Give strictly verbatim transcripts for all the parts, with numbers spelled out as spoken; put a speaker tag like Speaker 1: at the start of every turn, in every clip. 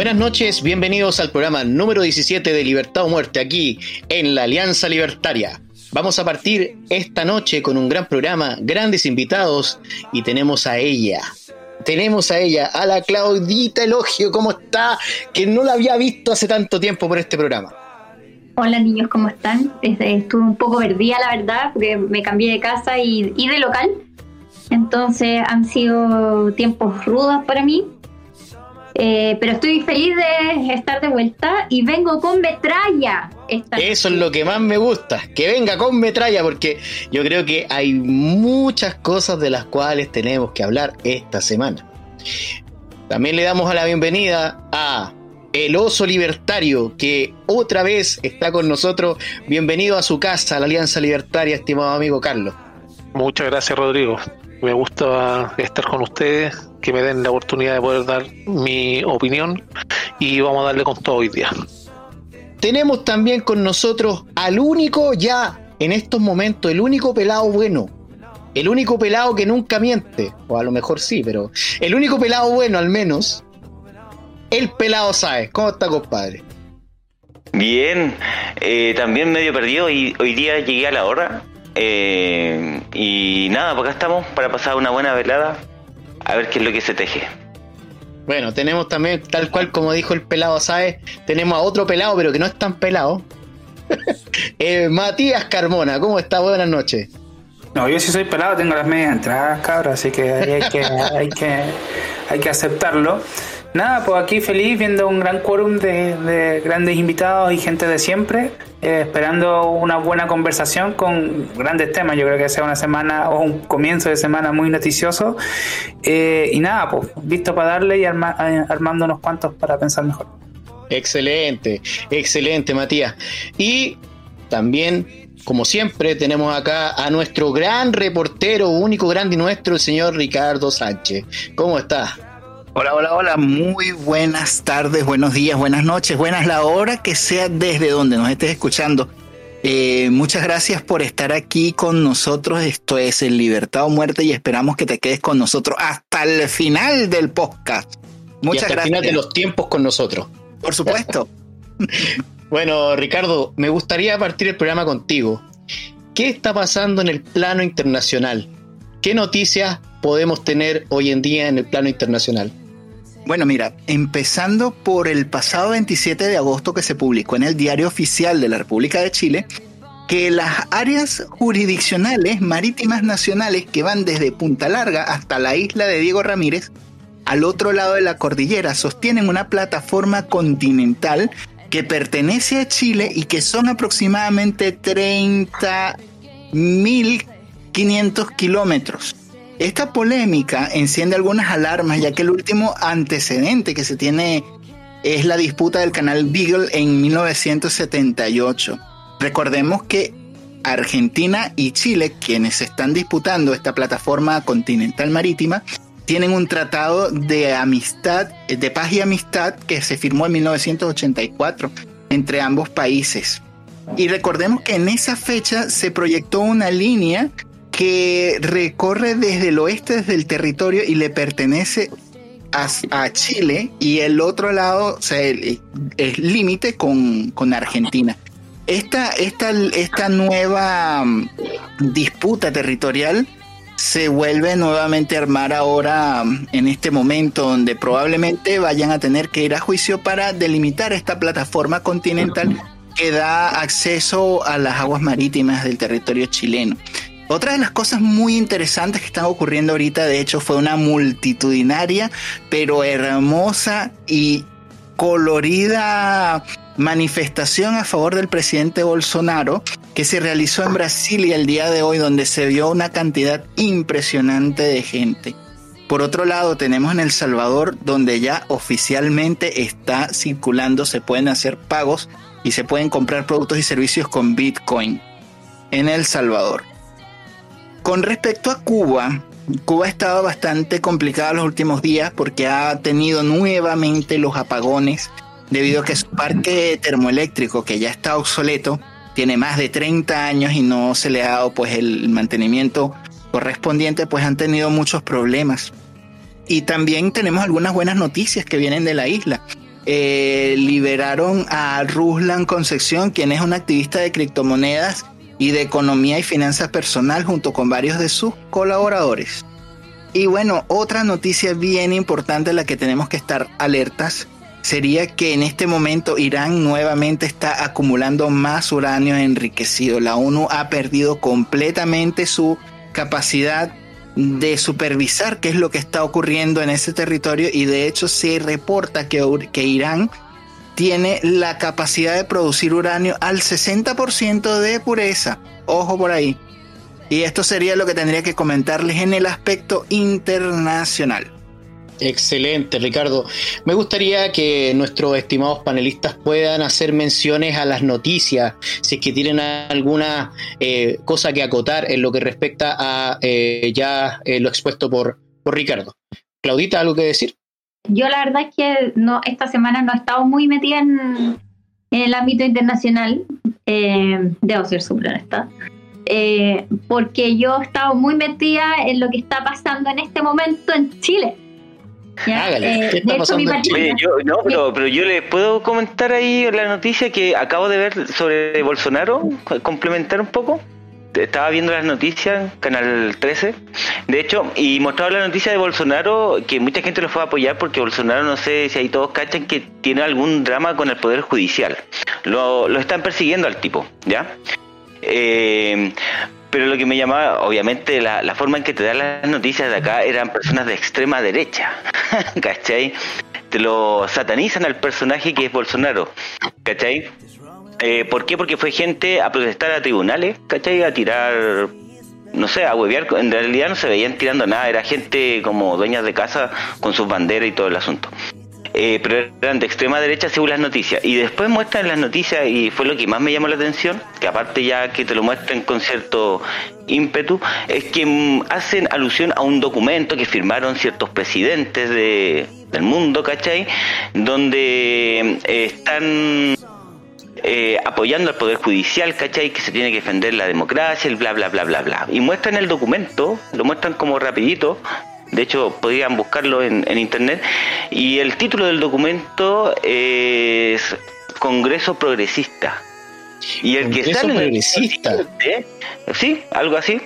Speaker 1: Buenas noches, bienvenidos al programa número diecisiete de Libertad o Muerte, aquí en la Alianza Libertaria. Vamos a partir esta noche con un gran programa, grandes invitados, y tenemos a ella. Tenemos a ella, a la Claudita Elogio, ¿cómo está? Que no la había visto hace tanto tiempo por este programa.
Speaker 2: Hola niños, ¿cómo están? Estuve un poco perdida, la verdad, porque me cambié de casa y, y de local. Entonces han sido tiempos rudos para mí. Eh, pero estoy feliz de estar de vuelta y vengo con metralla. Esta
Speaker 1: Eso noche. Es lo que más me gusta, que venga con metralla, porque yo creo que hay muchas cosas de las cuales tenemos que hablar esta semana. También le damos a la bienvenida a el Oso Libertario, que otra vez está con nosotros. Bienvenido a su casa, a la Alianza Libertaria, estimado amigo Carlos.
Speaker 3: Muchas gracias, Rodrigo. Me gusta estar con ustedes, que me den la oportunidad de poder dar mi opinión y vamos a darle con todo hoy día.
Speaker 1: Tenemos también con nosotros al único ya en estos momentos, el único pelado bueno, el único pelado que nunca miente, o a lo mejor sí, pero el único pelado bueno al menos, el pelado Sáez. ¿Cómo está, compadre?
Speaker 4: Bien, eh, también medio perdido y hoy día llegué a la hora. Eh, y nada, por acá estamos para pasar una buena velada, a ver qué es lo que se teje.
Speaker 1: Bueno, tenemos también, tal cual como dijo el pelado Sáez, tenemos a otro pelado, pero que no es tan pelado. eh, Matías Carmona, ¿cómo está? Buenas noches.
Speaker 5: No, yo sí soy pelado, tengo las medias entradas, cabrón, así que hay que, hay que, hay que aceptarlo. Nada, pues aquí feliz viendo un gran quórum de, de grandes invitados y gente de siempre, eh, esperando una buena conversación con grandes temas. Yo creo que sea una semana o un comienzo de semana muy noticioso. Eh, y nada, pues listo para darle y arma, armando unos cuantos para pensar mejor.
Speaker 1: Excelente, excelente, Matías. Y también, como siempre, tenemos acá a nuestro gran reportero, único, grande y nuestro, el señor Ricardo Sánchez. ¿Cómo está?
Speaker 6: Hola, hola, hola, muy buenas tardes, buenos días, buenas noches, buenas la hora que sea desde donde nos estés escuchando. Eh, muchas gracias por estar aquí con nosotros. Esto es el Libertad o Muerte y esperamos que te quedes con nosotros hasta el final del podcast. Muchas
Speaker 1: y hasta
Speaker 6: gracias.
Speaker 1: el final de los tiempos con nosotros.
Speaker 6: Por supuesto.
Speaker 1: Bueno, Ricardo, me gustaría partir el programa contigo. ¿Qué está pasando en el plano internacional? ¿Qué noticias podemos tener hoy en día en el plano internacional?
Speaker 6: Bueno, mira, empezando por el pasado veintisiete de agosto que se publicó en el Diario Oficial de la República de Chile, que las áreas jurisdiccionales marítimas nacionales que van desde Punta Larga hasta la isla de Diego Ramírez, al otro lado de la cordillera, sostienen una plataforma continental que pertenece a Chile y que son aproximadamente treinta mil quinientos kilómetros. Esta polémica enciende algunas alarmas, ya que el último antecedente que se tiene es la disputa del canal Beagle en mil novecientos setenta y ocho. Recordemos que Argentina y Chile, quienes están disputando esta plataforma continental marítima, tienen un tratado de amistad, de paz y amistad que se firmó en mil novecientos ochenta y cuatro entre ambos países. Y recordemos que en esa fecha se proyectó una línea que recorre desde el oeste, desde el territorio, y le pertenece a, a Chile, y el otro lado, o sea, el, el límite con, con Argentina. Esta, esta, esta nueva um, disputa territorial se vuelve nuevamente a armar ahora, um, en este momento, donde probablemente vayan a tener que ir a juicio para delimitar esta plataforma continental que da acceso a las aguas marítimas del territorio chileno. Otra de las cosas muy interesantes que están ocurriendo ahorita, de hecho, fue una multitudinaria, pero hermosa y colorida manifestación a favor del presidente Bolsonaro que se realizó en Brasilia el día de hoy, donde se vio una cantidad impresionante de gente. Por otro lado, tenemos en El Salvador, donde ya oficialmente está circulando, se pueden hacer pagos y se pueden comprar productos y servicios con Bitcoin en El Salvador. Con respecto a Cuba, Cuba ha estado bastante complicada los últimos días porque ha tenido nuevamente los apagones debido a que su parque termoeléctrico, que ya está obsoleto, tiene más de treinta años y no se le ha dado pues el mantenimiento correspondiente, pues han tenido muchos problemas. Y también tenemos algunas buenas noticias que vienen de la isla. eh, liberaron a Ruslan Concepción, quien es un activista de criptomonedas y de economía y finanzas personal, junto con varios de sus colaboradores. Y bueno, otra noticia bien importante a la que tenemos que estar alertas sería que en este momento Irán nuevamente está acumulando más uranio enriquecido. La ONU ha perdido completamente su capacidad de supervisar qué es lo que está ocurriendo en ese territorio, y de hecho se reporta que, que Irán tiene la capacidad de producir uranio al sesenta por ciento de pureza. Ojo por ahí. Y esto sería lo que tendría que comentarles en el aspecto internacional.
Speaker 1: Excelente, Ricardo. Me gustaría que nuestros estimados panelistas puedan hacer menciones a las noticias, si es que tienen alguna eh, cosa que acotar en lo que respecta a eh, ya eh, lo expuesto por, por Ricardo. Claudita, ¿algo que decir?
Speaker 2: Yo la verdad es que no, esta semana no he estado muy metida en, en el ámbito internacional, eh, debo ser súper honesta, eh, porque yo he estado muy metida en lo que está pasando en este momento en Chile. ¿Ya?
Speaker 1: Hágale, ¿qué está
Speaker 2: de hecho, mi
Speaker 1: pasando en Chile?
Speaker 4: Oye, yo, no, pero, pero yo les puedo comentar ahí la noticia que acabo de ver sobre Bolsonaro, complementar un poco. Estaba viendo las noticias, Canal trece, de hecho, y mostraba la noticia de Bolsonaro, que mucha gente lo fue a apoyar porque Bolsonaro, no sé si ahí todos cachan que tiene algún drama con el Poder Judicial. Lo, lo están persiguiendo al tipo, ¿ya? Eh... Pero lo que me llamaba, obviamente, la, la forma en que te dan las noticias de acá eran personas de extrema derecha, ¿cachai? Te lo satanizan al personaje que es Bolsonaro, ¿cachai? Eh, ¿Por qué? Porque fue gente a protestar a tribunales, ¿cachai? A tirar, no sé, a huevear. En realidad no se veían tirando nada, era gente como dueñas de casa con sus banderas y todo el asunto. Eh, pero eran de extrema derecha según las noticias, y después muestran las noticias, y fue lo que más me llamó la atención, que aparte ya que te lo muestran con cierto ímpetu, es que mm, hacen alusión a un documento que firmaron ciertos presidentes de, del mundo, ¿cachai? Donde eh, están eh, apoyando al Poder Judicial, ¿cachai? Que se tiene que defender la democracia, el bla bla bla bla bla, y muestran el documento, lo muestran como rapidito. De hecho, podrían buscarlo en, en internet. Y el título del documento es Congreso Progresista. Y el
Speaker 1: Congreso
Speaker 4: que sale
Speaker 1: Progresista.
Speaker 4: En el, sí, algo así.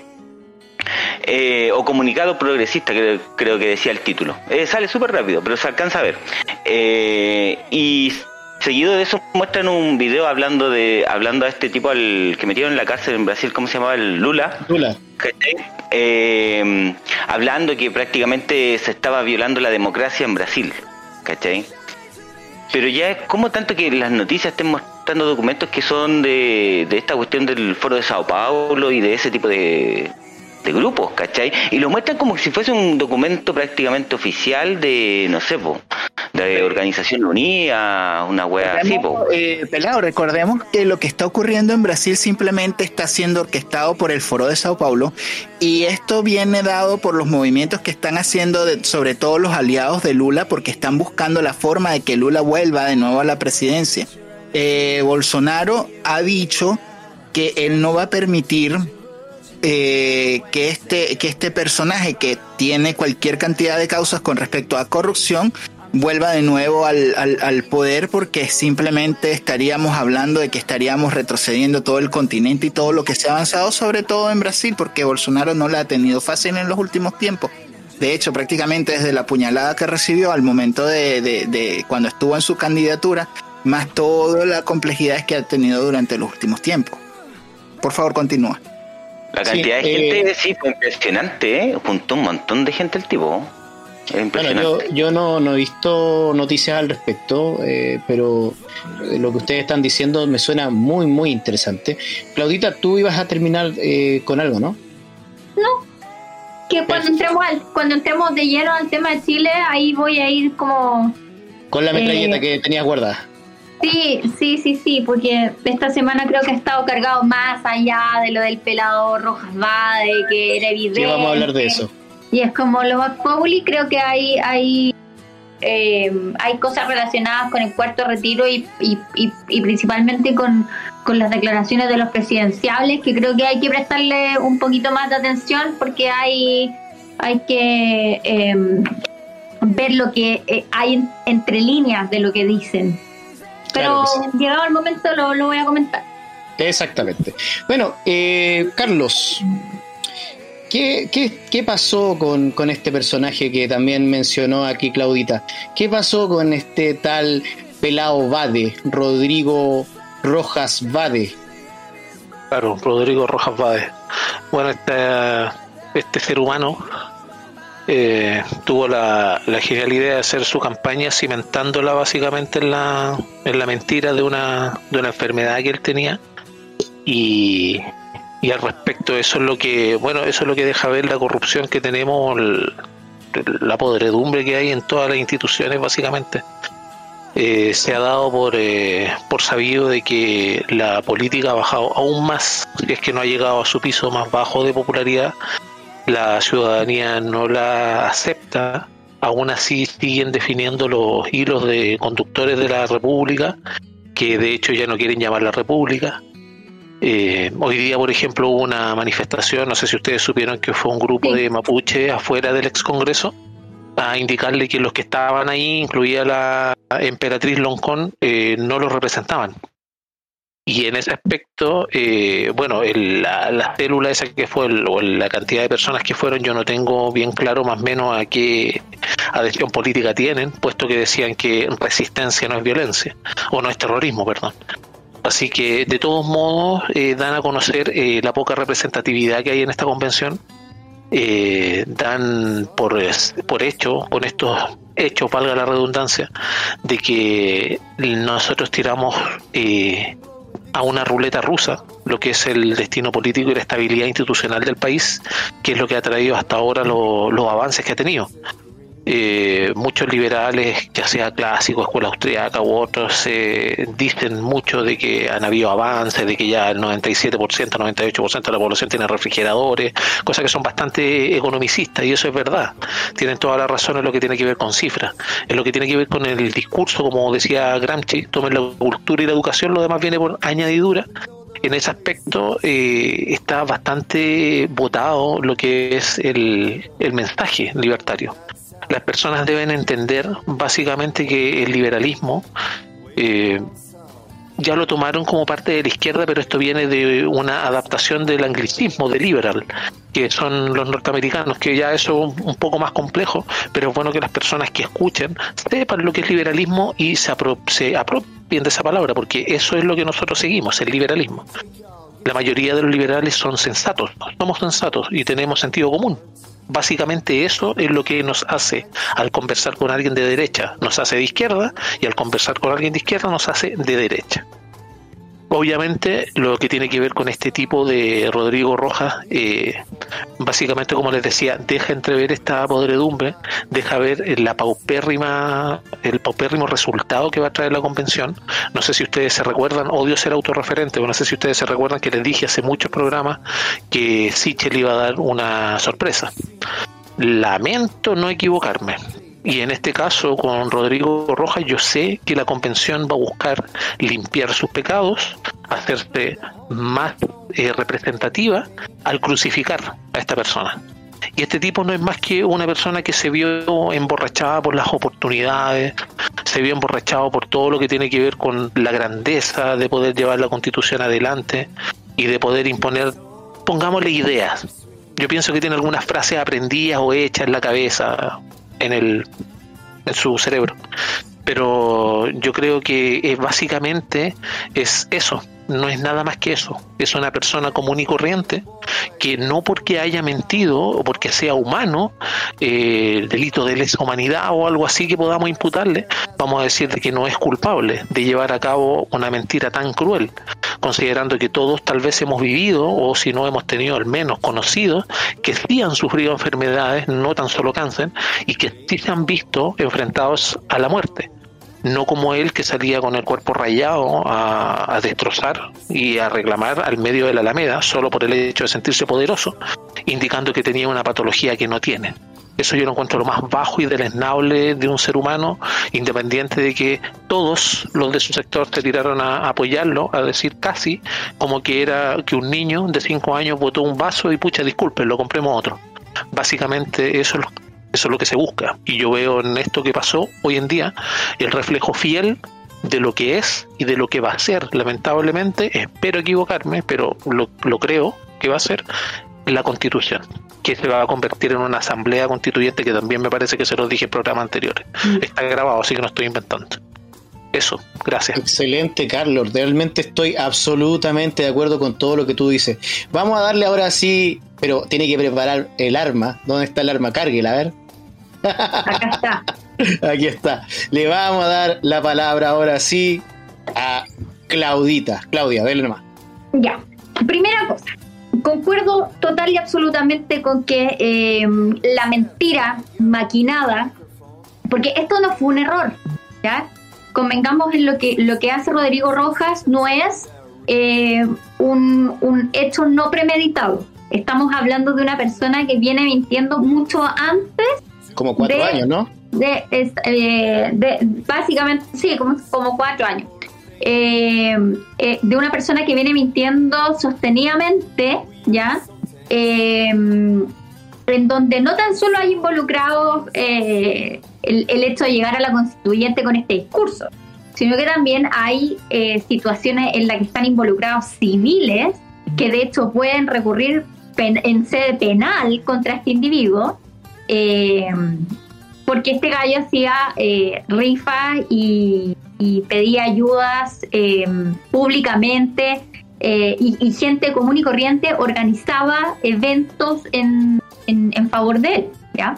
Speaker 4: Eh, o Comunicado Progresista, creo, creo que decía el título. Eh, sale súper rápido, pero se alcanza a ver. Eh, y seguido de eso muestran un video hablando de hablando a este tipo al que metieron en la cárcel en Brasil, ¿cómo se llamaba? El Lula.
Speaker 1: Lula.
Speaker 4: Eh, hablando que prácticamente se estaba violando la democracia en Brasil, ¿cachai? Pero ya es como tanto que las noticias estén mostrando documentos que son de, de esta cuestión del Foro de Sao Paulo y de ese tipo de, de grupos, ¿cachai? Y lo muestran como si fuese un documento prácticamente oficial de, no sé, po, de Organización Unida, una wea así, po.
Speaker 6: Eh, pelado, recordemos que lo que está ocurriendo en Brasil simplemente está siendo orquestado por el Foro de Sao Paulo, y esto viene dado por los movimientos que están haciendo de, sobre todo los aliados de Lula, porque están buscando la forma de que Lula vuelva de nuevo a la presidencia. Eh, Bolsonaro ha dicho que él no va a permitir Eh, que este que este personaje que tiene cualquier cantidad de causas con respecto a corrupción vuelva de nuevo al, al, al poder, porque simplemente estaríamos hablando de que estaríamos retrocediendo todo el continente y todo lo que se ha avanzado, sobre todo en Brasil, porque Bolsonaro no la ha tenido fácil en los últimos tiempos. De hecho, prácticamente desde la puñalada que recibió al momento de, de, de cuando estuvo en su candidatura, más toda la complejidad que ha tenido durante los últimos tiempos. Por favor, continúa.
Speaker 4: La cantidad sí, de gente, eh, sí, fue impresionante, ¿eh? Juntó un montón de gente el tipo. Es impresionante.
Speaker 1: Bueno, yo, yo no, no he visto noticias al respecto, eh, pero lo que ustedes están diciendo me suena muy, muy interesante. Claudita, tú ibas a terminar eh, con algo, ¿no?
Speaker 2: No, que cuando entremos, al, cuando entremos de lleno al tema de Chile, ahí voy a ir como...
Speaker 1: Con la metralleta eh, que tenías guardada.
Speaker 2: Sí, sí, sí, sí, porque esta semana creo que ha estado cargado más allá de lo del pelado Rojas Vade, que era evidente.
Speaker 1: Sí, vamos a hablar de eso.
Speaker 2: Y es como lo Vox Populi, creo que hay hay eh, hay cosas relacionadas con el cuarto retiro y, y, y, y principalmente con, con las declaraciones de los presidenciables, que creo que hay que prestarle un poquito más de atención, porque hay, hay que... Eh, ver lo que eh, hay en, entre líneas de lo que dicen. Pero claro, sí, llegado el momento lo, lo voy a comentar.
Speaker 1: Exactamente. Bueno, eh, Carlos, ¿qué, qué, qué pasó con, con este personaje que también mencionó aquí Claudita? ¿Qué pasó con este tal pelao Bade, Rodrigo Rojas Bade?
Speaker 3: Claro, Rodrigo Rojas Bade. Bueno, este, este ser humano eh, tuvo la, la genial idea de hacer su campaña cimentándola básicamente en la, en la mentira de una, de una enfermedad que él tenía. Y, y al respecto, eso es lo que, bueno, eso es lo que deja ver la corrupción que tenemos, el, la podredumbre que hay en todas las instituciones, básicamente. Eh, se ha dado por, eh, por sabido de que la política ha bajado aún más, si es que no ha llegado a su piso más bajo de popularidad. La ciudadanía no la acepta, aún así siguen definiendo los hilos de conductores de la República, que de hecho ya no quieren llamar la República. Eh, hoy día, por ejemplo, hubo una manifestación, no sé si ustedes supieron que fue un grupo de mapuche afuera del ex Congreso a indicarle que los que estaban ahí, incluida la emperatriz Loncón, eh, no los representaban. Y en ese aspecto, eh, bueno, el, la, la célula esa que fue, el, o la cantidad de personas que fueron, yo no tengo bien claro más o menos a qué adhesión política tienen, puesto que decían que resistencia no es violencia, o no es terrorismo, perdón. Así que, de todos modos, eh, dan a conocer eh, la poca representatividad que hay en esta convención. Eh, dan por, por hecho, con estos hechos, valga la redundancia, de que nosotros tiramos eh, a una ruleta rusa lo que es el destino político y la estabilidad institucional del país, que es lo que ha traído hasta ahora lo, los avances que ha tenido. Eh, muchos liberales, ya sea clásicos, escuela austriaca u otros, eh, dicen mucho de que han habido avances, de que ya el noventa y siete por ciento, noventa y ocho por ciento de la población tiene refrigeradores, cosas que son bastante economicistas, y eso es verdad. Tienen toda la razón en lo que tiene que ver con cifras, en lo que tiene que ver con el discurso, como decía Gramsci, tomen la cultura y la educación, lo demás viene por añadidura. En ese aspecto eh, está bastante votado lo que es el, el mensaje libertario. Las personas deben entender básicamente que el liberalismo eh, ya lo tomaron como parte de la izquierda, pero esto viene de una adaptación del anglicismo de liberal, que son los norteamericanos, que ya eso es un poco más complejo, pero es bueno que las personas que escuchen sepan lo que es liberalismo y se, apro- se apropien de esa palabra, porque eso es lo que nosotros seguimos, el liberalismo. La mayoría de los liberales son sensatos, somos sensatos y tenemos sentido común. Básicamente eso es lo que nos hace, al conversar con alguien de derecha, nos hace de izquierda, y al conversar con alguien de izquierda nos hace de derecha. Obviamente lo que tiene que ver con este tipo de Rodrigo Rojas, eh, básicamente, como les decía, deja entrever esta podredumbre, deja ver la paupérrima, el paupérrimo resultado que va a traer la convención. No sé si ustedes se recuerdan, odio ser autorreferente, pero no sé si ustedes se recuerdan que les dije hace muchos programas que Sichel iba a dar una sorpresa. Lamento no equivocarme. Y en este caso, con Rodrigo Rojas, yo sé que la convención va a buscar limpiar sus pecados, hacerse más eh, representativa al crucificar a esta persona. Y este tipo no es más que una persona que se vio emborrachada por las oportunidades, se vio emborrachado por todo lo que tiene que ver con la grandeza de poder llevar la Constitución adelante y de poder imponer, pongámosle, ideas. Yo pienso que tiene algunas frases aprendidas o hechas en la cabeza, en el en su cerebro, pero yo creo que es básicamente es eso, no es nada más que eso. Es una persona común y corriente que no porque haya mentido o porque sea humano, eh, el delito de lesa humanidad o algo así que podamos imputarle, vamos a decir de que no es culpable de llevar a cabo una mentira tan cruel, considerando que todos tal vez hemos vivido, o si no hemos tenido al menos conocidos, que sí han sufrido enfermedades, no tan solo cáncer, y que sí se han visto enfrentados a la muerte. No como él, que salía con el cuerpo rayado a, a destrozar y a reclamar al medio de la Alameda solo por el hecho de sentirse poderoso, indicando que tenía una patología que no tiene. Eso yo lo encuentro lo más bajo y deleznable de un ser humano, independiente de que todos los de su sector se tiraron a, a apoyarlo, a decir casi como que era que un niño de cinco años botó un vaso y pucha, disculpen, lo compremos otro. Básicamente eso es lo Eso es lo que se busca. Y yo veo en esto que pasó hoy en día el reflejo fiel de lo que es y de lo que va a ser. Lamentablemente, espero equivocarme, pero lo, lo creo que va a ser la Constitución, que se va a convertir en una asamblea constituyente, que también me parece que se los dije en programas anteriores. Mm. Está grabado, así que no estoy inventando. Eso, gracias.
Speaker 1: Excelente, Carlos. Realmente estoy absolutamente de acuerdo con todo lo que tú dices. Vamos a darle ahora sí, pero tiene que preparar el arma. ¿Dónde está el arma? Cárguela, a ver.
Speaker 2: Acá está.
Speaker 1: Aquí está. Le vamos a dar la palabra ahora sí a Claudita. Claudia, dale nomás.
Speaker 2: Ya. Primera cosa. Concuerdo total y absolutamente con que eh, la mentira maquinada, porque esto no fue un error, ¿ya? Convengamos en lo que lo que hace Rodrigo Rojas no es eh, un, un hecho no premeditado. Estamos hablando de una persona que viene mintiendo mucho antes.
Speaker 1: Como cuatro
Speaker 2: de,
Speaker 1: años, ¿no?
Speaker 2: De, eh, de, básicamente, sí, como, como cuatro años. Eh, eh, de una persona que viene mintiendo sostenidamente, ¿ya? Eh, en donde no tan solo hay involucrados eh, el, el hecho de llegar a la constituyente con este discurso, sino que también hay eh, situaciones en las que están involucrados civiles que de hecho pueden recurrir pen, en sede penal contra este individuo, eh, porque este gallo hacía eh, rifas y, y pedía ayudas eh, públicamente, eh, y, y gente común y corriente organizaba eventos en, en, en favor de él, ¿ya?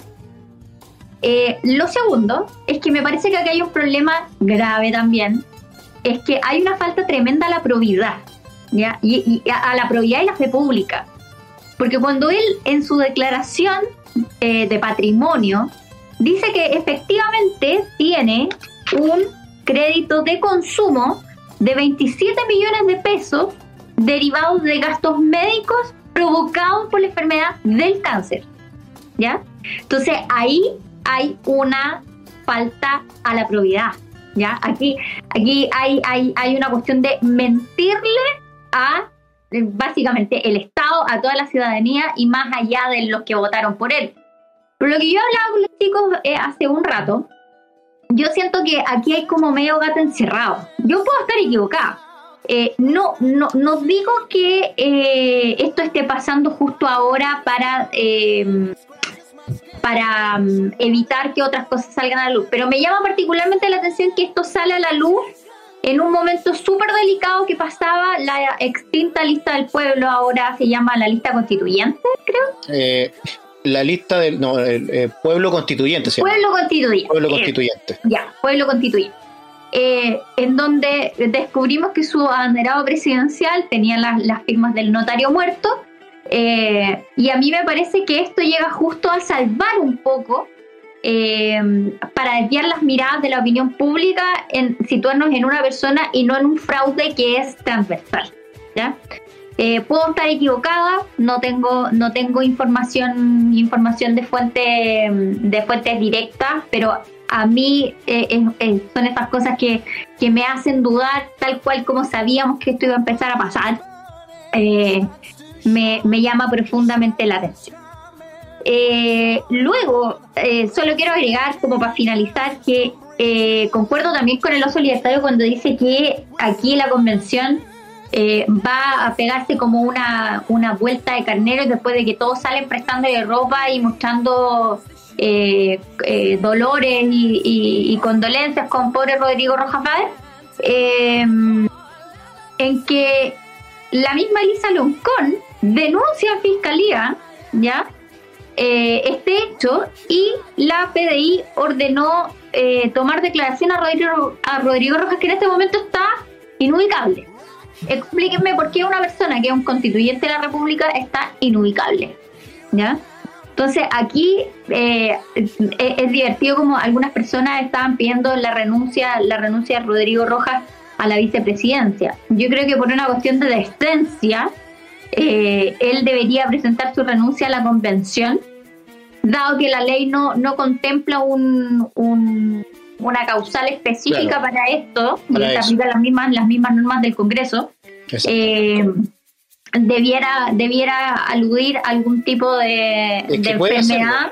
Speaker 2: Eh, lo segundo es que me parece que aquí hay un problema grave también, es que hay una falta tremenda a la probidad, ¿ya? Y, y a, a la probidad y la fe pública, porque cuando él en su declaración eh, de patrimonio dice que efectivamente tiene un crédito de consumo de veintisiete millones de pesos derivados de gastos médicos provocados por la enfermedad del cáncer, ¿ya? Entonces ahí hay una falta a la probidad, ¿ya? Aquí, aquí hay, hay, hay una cuestión de mentirle a básicamente el Estado, a toda la ciudadanía y más allá de los que votaron por él. Pero lo que yo hablaba con los chicos eh, hace un rato, yo siento que aquí hay como medio gato encerrado. Yo puedo estar equivocada. Eh, no, no, no digo que eh, esto esté pasando justo ahora para, eh, para um, evitar que otras cosas salgan a la luz, pero me llama particularmente la atención que esto sale a la luz en un momento súper delicado que pasaba la extinta lista del pueblo, ahora se llama la lista constituyente, creo.
Speaker 1: Eh... La lista del no, el, el pueblo constituyente, ¿sí?
Speaker 2: Pueblo constituyente.
Speaker 1: Pueblo constituyente.
Speaker 2: Eh, ya, pueblo constituyente. Eh, en donde descubrimos que su abanderado presidencial tenía las, las firmas del notario muerto. Eh, y a mí me parece que esto llega justo a salvar un poco, eh, para desviar las miradas de la opinión pública, en situarnos en una persona y no en un fraude que es transversal, ¿ya? Eh, puedo estar equivocada, no tengo no tengo información información de fuente de fuentes directas, pero a mí eh, eh, eh, son esas cosas que, que me hacen dudar, tal cual como sabíamos que esto iba a empezar a pasar. Eh, me, me llama profundamente la atención. Eh, luego, eh, solo quiero agregar, como para finalizar, que eh, concuerdo también con el oso libertario cuando dice que aquí la convención Eh, va a pegarse como una, una vuelta de carneros después de que todos salen prestando de ropa y mostrando eh, eh, dolores y, y, y condolencias con pobre Rodrigo Rojas Vade, eh, en que la misma Elisa Loncón denuncia a Fiscalía, ¿ya? Eh, este hecho, y la P D I ordenó eh, tomar declaración a Rodrigo, a Rodrigo Rojas, que en este momento está inubicable. Explíquenme por qué una persona que es un constituyente de la República está inubicable, ¿ya? Entonces aquí eh, es, es divertido como algunas personas estaban pidiendo la renuncia la renuncia de Rodrigo Rojas a la vicepresidencia. Yo creo que por una cuestión de decencia eh, él debería presentar su renuncia a la convención, dado que la ley no, no contempla un, un una causal específica, claro, para esto, para y se aplican las mismas, las mismas normas del Congreso. Eh, debiera, debiera aludir a algún tipo de, de enfermedad,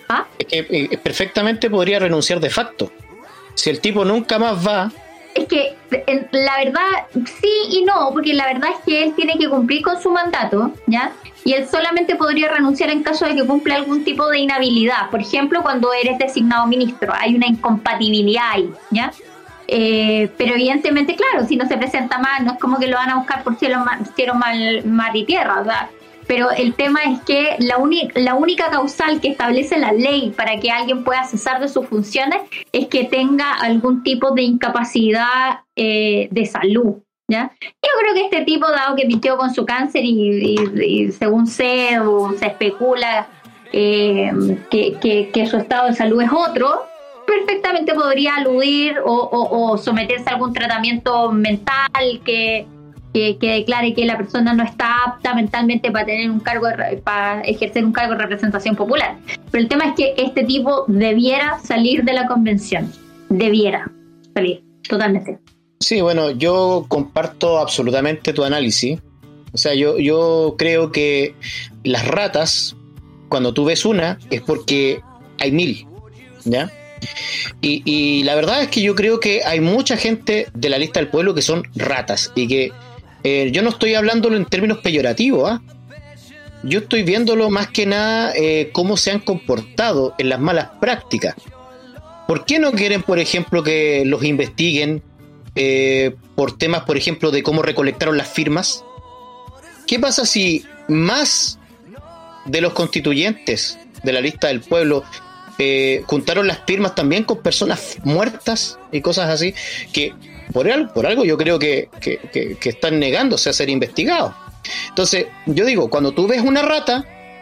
Speaker 2: ¿Ah?
Speaker 1: Es que eh, perfectamente podría renunciar de facto. Si el tipo nunca más va...
Speaker 2: Es que en, la verdad sí y no, porque la verdad es que él tiene que cumplir con su mandato, ¿ya? Y él solamente podría renunciar en caso de que cumpla algún tipo de inhabilidad. Por ejemplo, cuando eres designado ministro, hay una incompatibilidad ahí, ¿ya? Eh, pero evidentemente, claro, si no se presenta mal, no es como que lo van a buscar por cielo, cielo mal, mar y tierra, ¿verdad? Pero el tema es que la, uni- la única causal que establece la ley para que alguien pueda cesar de sus funciones es que tenga algún tipo de incapacidad eh, de salud, ¿ya? Yo creo que este tipo, dado que mintió con su cáncer y, y, y según sé o se especula eh, que, que, que su estado de salud es otro, perfectamente podría aludir o, o, o someterse a algún tratamiento mental que... Que, que declare que la persona no está apta mentalmente para tener un cargo de, para ejercer un cargo de representación popular. Pero el tema es que este tipo debiera salir de la convención, debiera salir totalmente.
Speaker 1: Sí, bueno, yo comparto absolutamente tu análisis. O sea, yo, yo creo que las ratas, cuando tú ves una, es porque hay mil, ¿ya? Y, y la verdad es que yo creo que hay mucha gente de la lista del pueblo que son ratas y que Eh, yo no estoy hablándolo en términos peyorativos, ¿eh? Yo estoy viéndolo más que nada eh, cómo se han comportado en las malas prácticas. ¿Por qué no quieren, por ejemplo, que los investiguen eh, por temas, por ejemplo, de cómo recolectaron las firmas? ¿Qué pasa si más de los constituyentes de la lista del pueblo eh, juntaron las firmas también con personas muertas y cosas así? Que Por algo, por algo yo creo que, que, que, que están negándose a ser investigados. Entonces, yo digo, cuando tú ves una rata,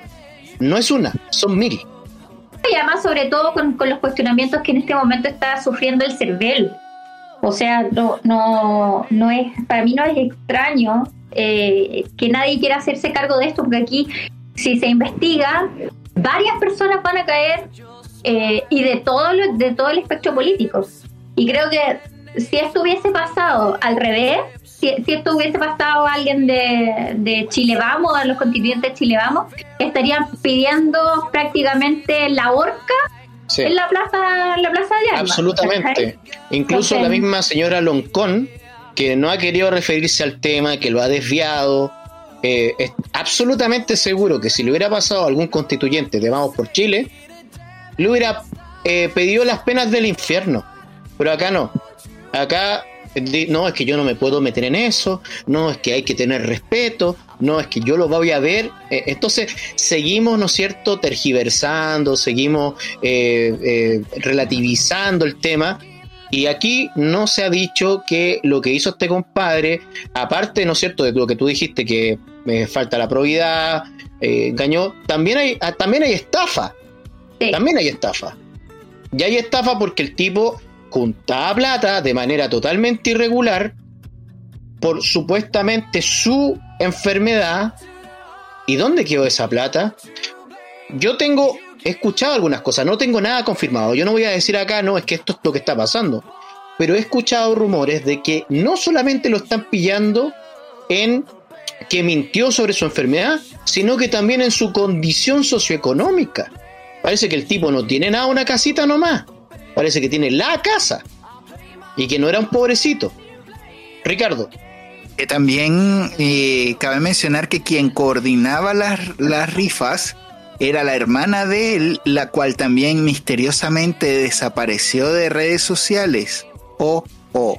Speaker 1: no es una, son mil.
Speaker 2: Y además, sobre todo con, con los cuestionamientos que en este momento está sufriendo el CERVEL. O sea, no, no, no es, para mí no es extraño eh, que nadie quiera hacerse cargo de esto, porque aquí, si se investiga, varias personas van a caer eh, y de todo, lo, de todo el espectro político. Y creo que si esto hubiese pasado al revés, si, si esto hubiese pasado a alguien de, de Chile Vamos, a los constituyentes de Chile Vamos, estarían pidiendo prácticamente la horca sí. en la plaza, en la plaza de Armas.
Speaker 1: Absolutamente. ¿Sabes? Incluso Entonces, la misma señora Loncón, que no ha querido referirse al tema, que lo ha desviado, eh, es absolutamente seguro que si le hubiera pasado a algún constituyente de Vamos por Chile, le hubiera eh, pedido las penas del infierno. Pero acá no. Acá, no, es que yo no me puedo meter en eso, no, es que hay que tener respeto, no, es que yo lo voy a ver. Eh, entonces, seguimos, ¿no es cierto?, tergiversando, seguimos eh, eh, relativizando el tema. Y aquí no se ha dicho que lo que hizo este compadre, aparte, ¿no es cierto?, de lo que tú dijiste, que eh, falta la probidad, eh, engañó, también hay, ah, también hay estafa. Sí. También hay estafa. Y hay estafa porque el tipo juntaba plata de manera totalmente irregular por supuestamente su enfermedad. ¿Y dónde quedó esa plata? Yo tengo, he escuchado algunas cosas, no tengo nada confirmado. Yo no voy a decir acá, no, es que esto es lo que está pasando. Pero he escuchado rumores de que no solamente lo están pillando en que mintió sobre su enfermedad, sino que también en su condición socioeconómica. Parece que el tipo no tiene nada, una casita nomás. Parece que tiene la casa y que no era un pobrecito. Ricardo.
Speaker 6: Que también eh, cabe mencionar que quien coordinaba las, las rifas era la hermana de él, la cual también misteriosamente desapareció de redes sociales. Oh, oh.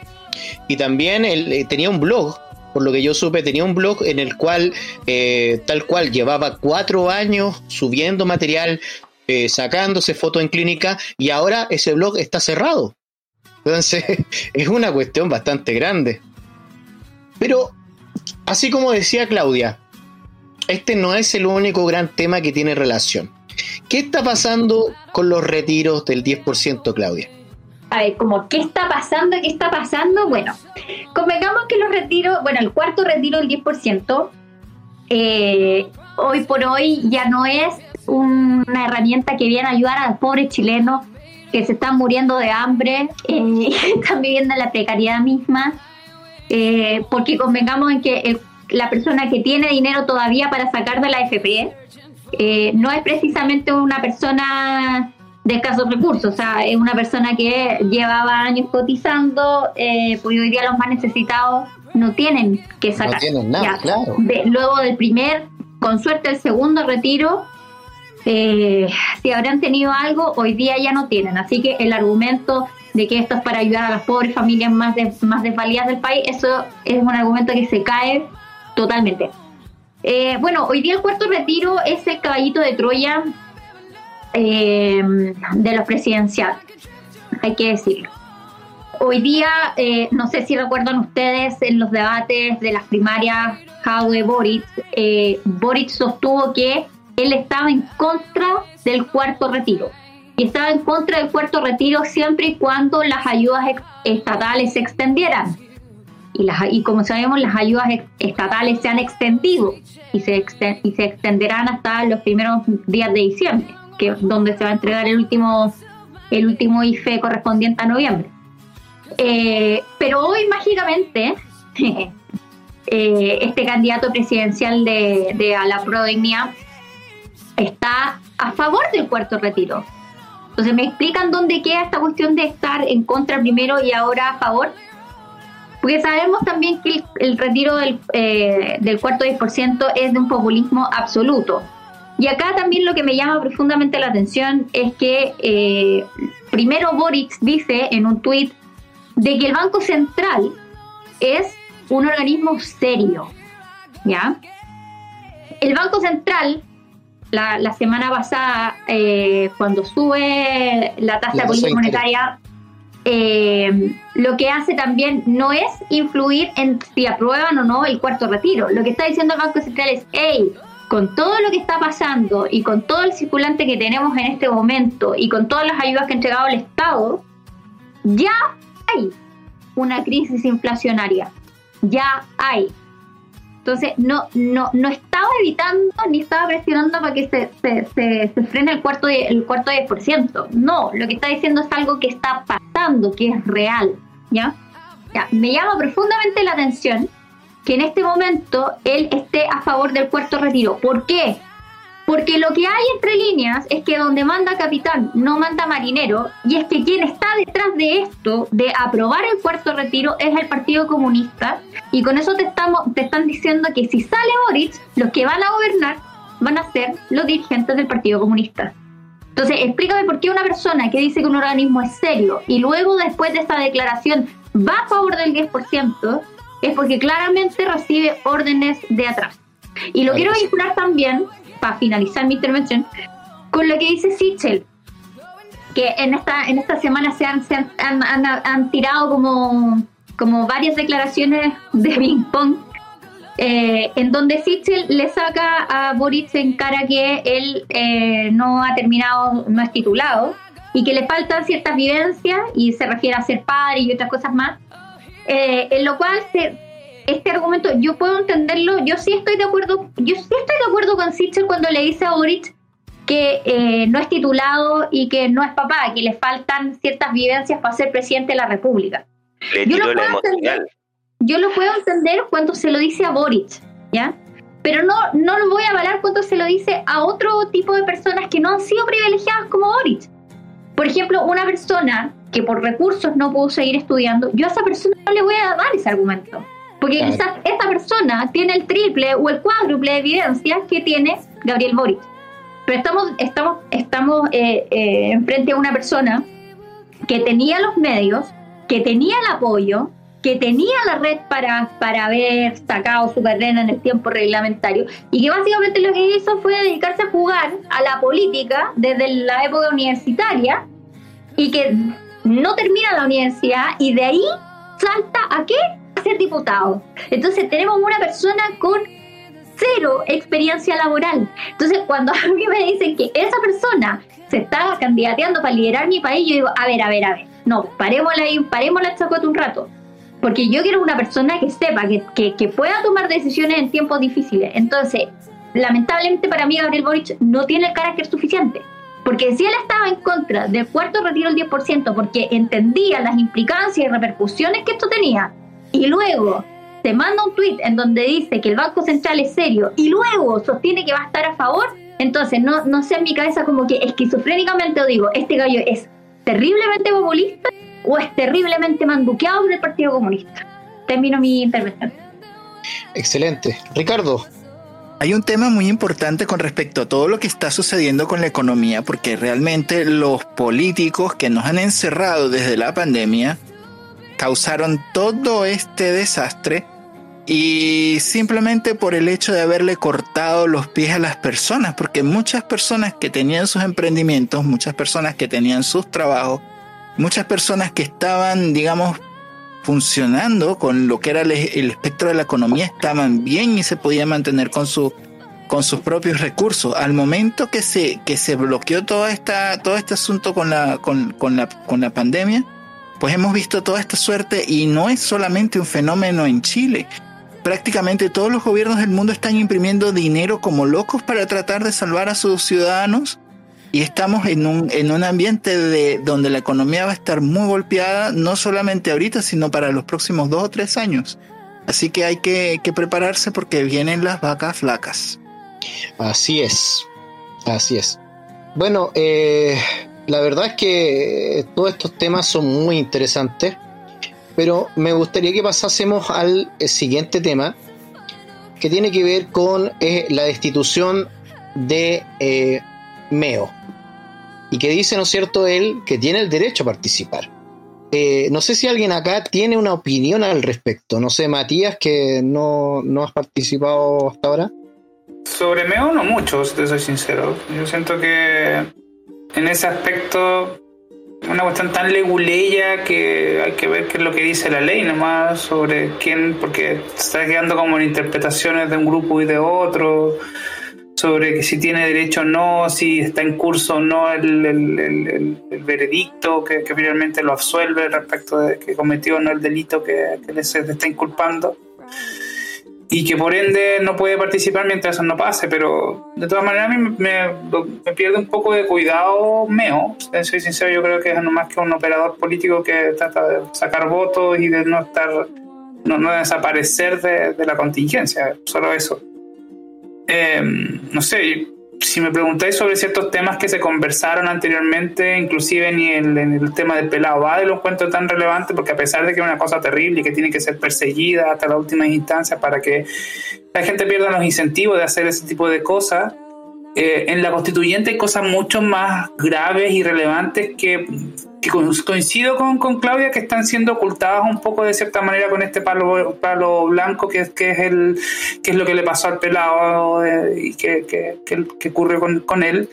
Speaker 1: Y también él eh, tenía un blog, por lo que yo supe, tenía un blog en el cual, eh, tal cual, llevaba cuatro años subiendo material, Eh, sacándose fotos en clínica, y ahora ese blog está cerrado. Entonces es una cuestión bastante grande. Pero así como decía Claudia, este no es el único gran tema que tiene relación. ¿Qué está pasando con los retiros del diez por ciento, Claudia?
Speaker 2: A ver, como ¿qué está pasando? ¿Qué está pasando? Bueno, convengamos que los retiros, bueno, el cuarto retiro del diez por ciento eh, hoy por hoy ya no es una herramienta que viene a ayudar a los pobres chilenos que se están muriendo de hambre, eh, están viviendo en la precariedad misma, eh, porque convengamos en que el, la persona que tiene dinero todavía para sacar de la A F P eh, no es precisamente una persona de escasos recursos, o sea, es una persona que llevaba años cotizando, eh, pues hoy día los más necesitados no tienen que sacar.
Speaker 1: No tienen nada,
Speaker 2: ya,
Speaker 1: claro.
Speaker 2: De, luego del primer, con suerte el segundo retiro, eh, si habrán tenido algo, hoy día ya no tienen. Así que el argumento de que esto es para ayudar a las pobres familias más, de, más desvalidas del país, eso es un argumento que se cae totalmente. Eh, bueno, hoy día el cuarto retiro es el caballito de Troya eh, de los presidenciales, hay que decirlo. Hoy día, eh, no sé si recuerdan ustedes en los debates de las primarias de Boric, eh, Boric sostuvo que él estaba en contra del cuarto retiro. Y estaba en contra del cuarto retiro siempre y cuando las ayudas ex- estatales se extendieran. Y, las, y como sabemos, las ayudas ex- estatales se han extendido y se, exten- y se extenderán hasta los primeros días de diciembre, que es donde se va a entregar el último, el último I F E correspondiente a noviembre. Eh, pero hoy mágicamente eh, este candidato presidencial de, de a la Prodignidad está a favor del cuarto retiro. Entonces, ¿me explican dónde queda esta cuestión de estar en contra primero y ahora a favor? Porque sabemos también que el, el retiro del, eh, del cuarto diez por ciento es de un populismo absoluto. Y acá también lo que me llama profundamente la atención es que eh, primero Boric dice en un tuit de que el Banco Central es un organismo serio, ¿ya? El Banco Central, la, la semana pasada, eh, cuando sube la tasa de política monetaria, eh, lo que hace también no es influir en si aprueban o no el cuarto retiro. Lo que está diciendo el Banco Central es, hey, con todo lo que está pasando y con todo el circulante que tenemos en este momento y con todas las ayudas que ha entregado el Estado, ya hay una crisis inflacionaria, ya hay. Entonces no no no estaba evitando ni estaba presionando para que se, se, se, se frene el cuarto el cuarto diez por ciento. No, lo que está diciendo es algo que está pasando, que es real, ¿ya? Ya, me llama profundamente la atención que en este momento él esté a favor del cuarto retiro. ¿Por qué? Porque lo que hay entre líneas es que donde manda capitán no manda marinero, y es que quien está detrás de esto, de aprobar el cuarto retiro, es el Partido Comunista, y con eso te, estamos, te están diciendo que si sale Boric, los que van a gobernar van a ser los dirigentes del Partido Comunista. Entonces, explícame por qué una persona que dice que un organismo es serio y luego después de esta declaración va a favor del diez por ciento, es porque claramente recibe órdenes de atrás. Y lo quiero vincular también, para finalizar mi intervención, con lo que dice Sichel, que en esta en esta semana se han, se han, han, han, han tirado como, como varias declaraciones de ping pong, eh, en donde Sichel le saca a Boric en cara que él eh, no ha terminado, no es titulado, y que le faltan ciertas vivencias, y se refiere a ser padre y otras cosas más, eh, en lo cual se... Este argumento yo puedo entenderlo, yo sí estoy de acuerdo, yo sí estoy de acuerdo con Sichel cuando le dice a Boric que eh, no es titulado y que no es papá, que le faltan ciertas vivencias para ser presidente de la República.
Speaker 4: Le
Speaker 2: yo,
Speaker 4: tiró
Speaker 2: lo
Speaker 4: la
Speaker 2: puedo entender, yo lo puedo entender cuando se lo dice a Boric, ¿ya? Pero no, no lo voy a avalar cuando se lo dice a otro tipo de personas que no han sido privilegiadas como Boric. Por ejemplo, una persona que por recursos no pudo seguir estudiando, yo a esa persona no le voy a dar ese argumento. Porque claro, quizás esa persona tiene el triple o el cuádruple de evidencias que tiene Gabriel Boric. Pero estamos estamos estamos eh, eh, enfrente a una persona que tenía los medios, que tenía el apoyo, que tenía la red para, para haber sacado su carrera en el tiempo reglamentario, y que básicamente lo que hizo fue dedicarse a jugar a la política desde la época universitaria, y que no termina la universidad y de ahí salta a ¿qué? Ser diputado. Entonces tenemos una persona con cero experiencia laboral. Entonces cuando a mí me dicen que esa persona se está candidateando para liderar mi país, yo digo, a ver, a ver, a ver, no, parémosla ahí, parémosla chacota un rato, porque yo quiero una persona que sepa, que, que, que pueda tomar decisiones en tiempos difíciles. Entonces, lamentablemente para mí Gabriel Boric no tiene el carácter suficiente, porque si él estaba en contra del cuarto retiro del diez por ciento porque entendía las implicancias y repercusiones que esto tenía, y luego se manda un tuit en donde dice que el Banco Central es serio y luego sostiene que va a estar a favor, Entonces, no, no sé en mi cabeza como que esquizofrénicamente digo, este gallo es terriblemente populista o es terriblemente manduqueado por el Partido Comunista. Termino mi intervención.
Speaker 1: Excelente. Ricardo.
Speaker 6: Hay un tema muy importante con respecto a todo lo que está sucediendo con la economía, porque realmente los políticos que nos han encerrado desde la pandemia causaron todo este desastre, y simplemente por el hecho de haberle cortado los pies a las personas, porque muchas personas que tenían sus emprendimientos, muchas personas que tenían sus trabajos, muchas personas que estaban, digamos, funcionando con lo que era el, el espectro de la economía, estaban bien y se podían mantener con su con sus propios recursos. Al momento que se que se bloqueó toda esta todo este asunto con la con, con la con la pandemia, pues hemos visto toda esta suerte, y no es solamente un fenómeno en Chile. Prácticamente todos los gobiernos del mundo están imprimiendo dinero como locos para tratar de salvar a sus ciudadanos. Y estamos en un en un ambiente de donde la economía va a estar muy golpeada, no solamente ahorita, sino para los próximos dos o tres años. Así que hay que, que prepararse porque vienen las vacas flacas.
Speaker 1: Así es, así es. Bueno, eh, la verdad es que todos estos temas son muy interesantes, pero me gustaría que pasásemos al siguiente tema, que tiene que ver con eh, la destitución de eh, Meo. Y que dice, ¿no es cierto?, él que tiene el derecho a participar. Eh, no sé si alguien acá tiene una opinión al respecto. No sé, Matías, que no, no has participado hasta ahora.
Speaker 5: Sobre Meo no mucho, si te soy sincero. Yo siento que en ese aspecto una cuestión tan leguleya que hay que ver qué es lo que dice la ley nomás sobre quién, porque está quedando como en interpretaciones de un grupo y de otro, sobre que si tiene derecho o no, si está en curso o no el, el, el, el, el veredicto que, que finalmente lo absuelve respecto de que cometió o no el delito que, que le se le está inculpando, y que por ende no puede participar mientras eso no pase. Pero de todas maneras a mí me, me pierde un poco de cuidado Meo. Soy sincero, yo creo que es nomás que un operador político que trata de sacar votos y de no estar no, no desaparecer de, de la contingencia, solo eso. Eh, no sé, si me preguntáis sobre ciertos temas que se conversaron anteriormente, inclusive ni el, en el tema del pelado Bade lo encuentro tan relevante, porque a pesar de que es una cosa terrible y que tiene que ser perseguida hasta las últimas instancias para que la gente pierda los incentivos de hacer ese tipo de cosas, eh, en la constituyente hay cosas mucho más graves y relevantes que, que coincido con, con Claudia, que están siendo ocultadas un poco de cierta manera con este palo, palo blanco que, que es el que es lo que le pasó al pelado eh, y que, que, que, que ocurre con, con él.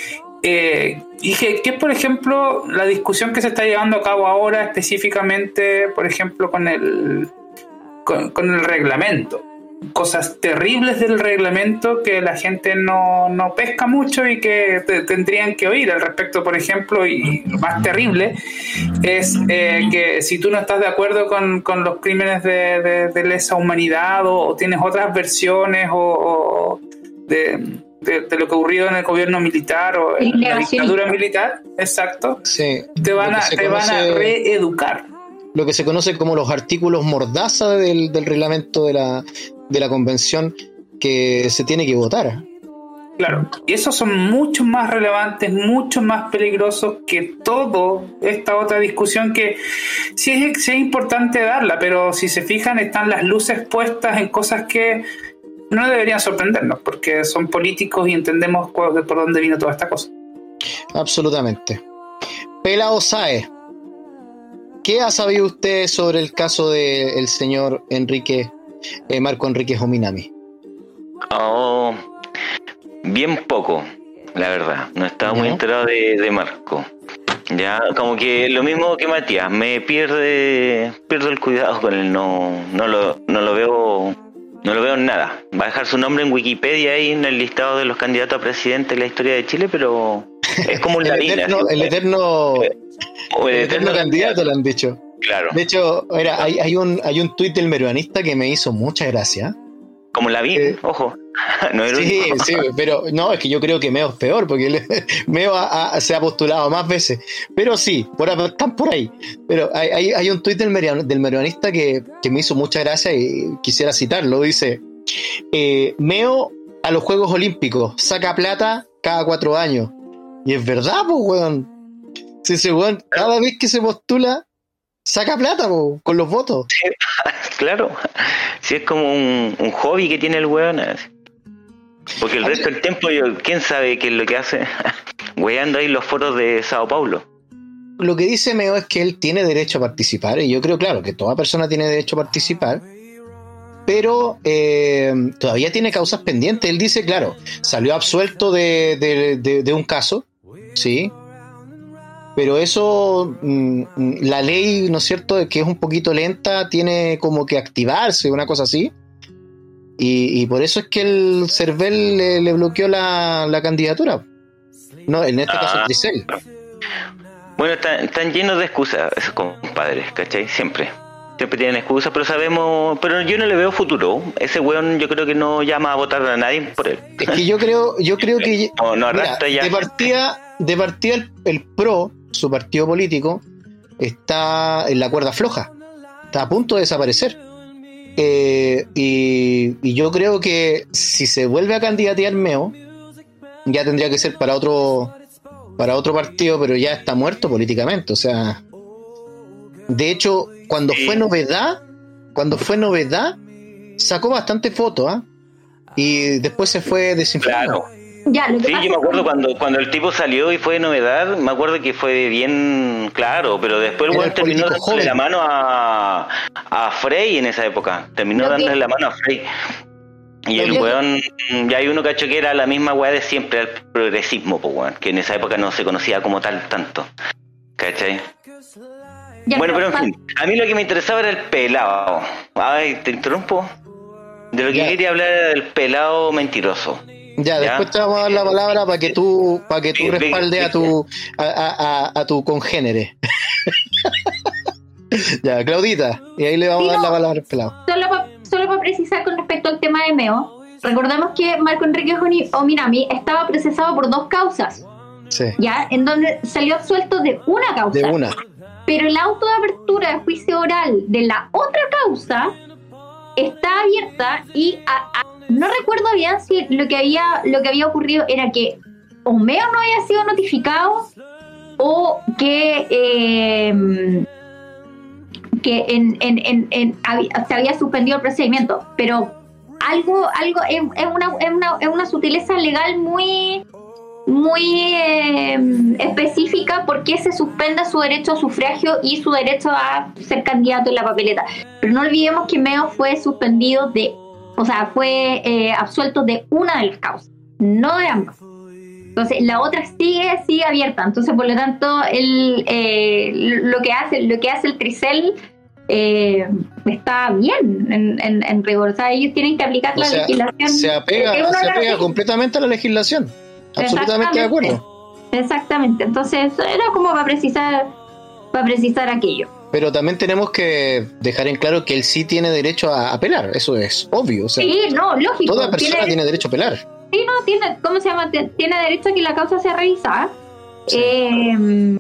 Speaker 5: Eh, y que, que por ejemplo la discusión que se está llevando a cabo ahora específicamente, por ejemplo, con el con, con el reglamento, cosas terribles del reglamento que la gente no, no pesca mucho y que te, tendrían que oír al respecto. Por ejemplo, y lo más terrible es eh, que si tú no estás de acuerdo con, con los crímenes de, de, de lesa humanidad, o, o tienes otras versiones o, o de, de, de lo que ocurrió en el gobierno militar o en la dictadura militar, exacto,
Speaker 1: sí,
Speaker 5: te van a, te van a reeducar.
Speaker 1: Lo que se conoce como los artículos mordaza del, del reglamento de la, de la convención que se tiene que votar.
Speaker 5: Claro, y esos son mucho más relevantes, mucho más peligrosos que toda esta otra discusión que sí es, sí es importante darla, pero si se fijan están las luces puestas en cosas que no deberían sorprendernos, porque son políticos y entendemos por dónde vino toda esta cosa.
Speaker 1: Absolutamente. Pelao Sáez, ¿qué ha sabido usted sobre el caso del señor Enrique, eh, Marco Enríquez Ominami?
Speaker 4: Oh, bien poco, la verdad. No estaba muy enterado de, de Marco. Ya, como que lo mismo que Matías, me pierde, pierdo el cuidado con él. No, no lo, no lo veo, no lo veo en nada. Va a dejar su nombre en Wikipedia ahí en el listado de los candidatos a presidente de la historia de Chile, pero es como un
Speaker 1: el
Speaker 4: ladín,
Speaker 1: eterno,
Speaker 4: así,
Speaker 1: el eterno,
Speaker 4: o el,
Speaker 1: el eterno candidato, lo han dicho.
Speaker 4: Claro.
Speaker 1: De hecho, era, hay, hay un hay un tuit del meruanista que me hizo mucha gracia.
Speaker 4: Como Lavín, eh, ojo. No era
Speaker 1: sí,
Speaker 4: único.
Speaker 1: sí, pero no, es que yo creo que Meo es peor, porque le, Meo ha, ha, se ha postulado más veces. Pero sí, por, están por ahí. Pero hay, hay, hay un tuit del, del meruanista que, que me hizo mucha gracia y quisiera citarlo. Dice, eh, Meo a los Juegos Olímpicos saca plata cada cuatro años. Y es verdad, pues, weón. Si ese weón, cada vez que se postula, saca plata, po, con los votos.
Speaker 4: Sí, claro. Si es como un, un hobby que tiene el weón. Así. Porque el resto del tiempo, yo, ¿quién sabe qué es lo que hace? Weando ahí los foros de Sao Paulo.
Speaker 1: Lo que dice Meo es que él tiene derecho a participar, y yo creo, claro, que toda persona tiene derecho a participar, pero eh, todavía tiene causas pendientes. Él dice, claro, salió absuelto de, de, de, de un caso, sí, pero eso, mmm, la ley, ¿no es cierto?, que es un poquito lenta, tiene como que activarse, una cosa así, y, y por eso es que el CERVEL le, le bloqueó la, la candidatura, no, en este ah. caso el Tricel.
Speaker 4: Bueno, están, están llenos de excusas esos compadres, ¿cachai? Siempre. Siempre tienen excusas, pero sabemos... Pero yo no le veo futuro. Ese weón yo creo que no llama a votar a nadie por él.
Speaker 1: Es que yo creo, yo creo que...
Speaker 4: No, no arrastra
Speaker 1: mira,
Speaker 4: ya.
Speaker 1: De partida, de partida el, el PRO, su partido político, está en la cuerda floja. Está a punto de desaparecer. Eh, y, y yo creo que si se vuelve a candidatear Meo, ya tendría que ser para otro... para otro partido, pero ya está muerto políticamente, o sea, de hecho, cuando fue novedad, cuando fue novedad, sacó bastante fotos, ¿eh? Y después se fue desinflando.
Speaker 4: Claro. Ya, lo que sí, yo me acuerdo cuando, cuando el tipo salió y fue novedad, me acuerdo que fue bien claro, pero después el weón terminó dándole la mano a, a Frey en esa época, terminó dándole la mano a Frey. Y el weón, ya hay uno cacho que era la misma weá de siempre, el progresismo, pues weón, que en esa época no se conocía como tal tanto, ¿cachai? Ya, bueno, pero en fin, a mí lo que me interesaba era el pelado. Ay, te interrumpo. De lo que ya. quería hablar era del pelado mentiroso.
Speaker 1: Ya, ¿ya? Después te vamos a dar la palabra para que tú, para que tú respaldes a tu, a, a, a tu congénere. Ya, Claudita, y ahí le vamos sí, a dar no, la palabra al pelado.
Speaker 2: Solo para Solo para precisar con respecto al tema de Meo, recordemos que Marco Enrique Ominami estaba procesado por dos causas,
Speaker 1: sí.
Speaker 2: ya, en donde salió absuelto de una causa,
Speaker 1: de una.
Speaker 2: Pero el auto de apertura de juicio oral de la otra causa está abierta y a, a, no recuerdo bien si lo que había lo que había ocurrido era que o Meo no había sido notificado o que eh, que en, en, en, en, había, se había suspendido el procedimiento, pero algo algo es, es, una, es, una, es una sutileza legal muy muy eh, específica porque se suspende su derecho a sufragio y su derecho a ser candidato en la papeleta. Pero no olvidemos que Meo fue suspendido de, o sea, fue eh, absuelto de una de las causas, no de ambas. Entonces la otra sigue sigue abierta. Entonces por lo tanto el eh, lo que hace lo que hace el Tricel eh, está bien en, en, en rigor. O sea, ellos tienen que aplicar
Speaker 1: o
Speaker 2: la
Speaker 1: sea,
Speaker 2: legislación.
Speaker 1: Se apega, se apega completamente a la legislación. Absolutamente de acuerdo.
Speaker 2: Exactamente. Entonces era como para precisar para precisar aquello.
Speaker 1: Pero también tenemos que dejar en claro que él sí tiene derecho a apelar. Eso es obvio. O sea,
Speaker 2: sí, no, lógico.
Speaker 1: Toda persona tiene, tiene derecho a apelar.
Speaker 2: Sí, no, tiene, ¿cómo se llama? Tiene derecho a que la causa sea revisada. Sí. Eh,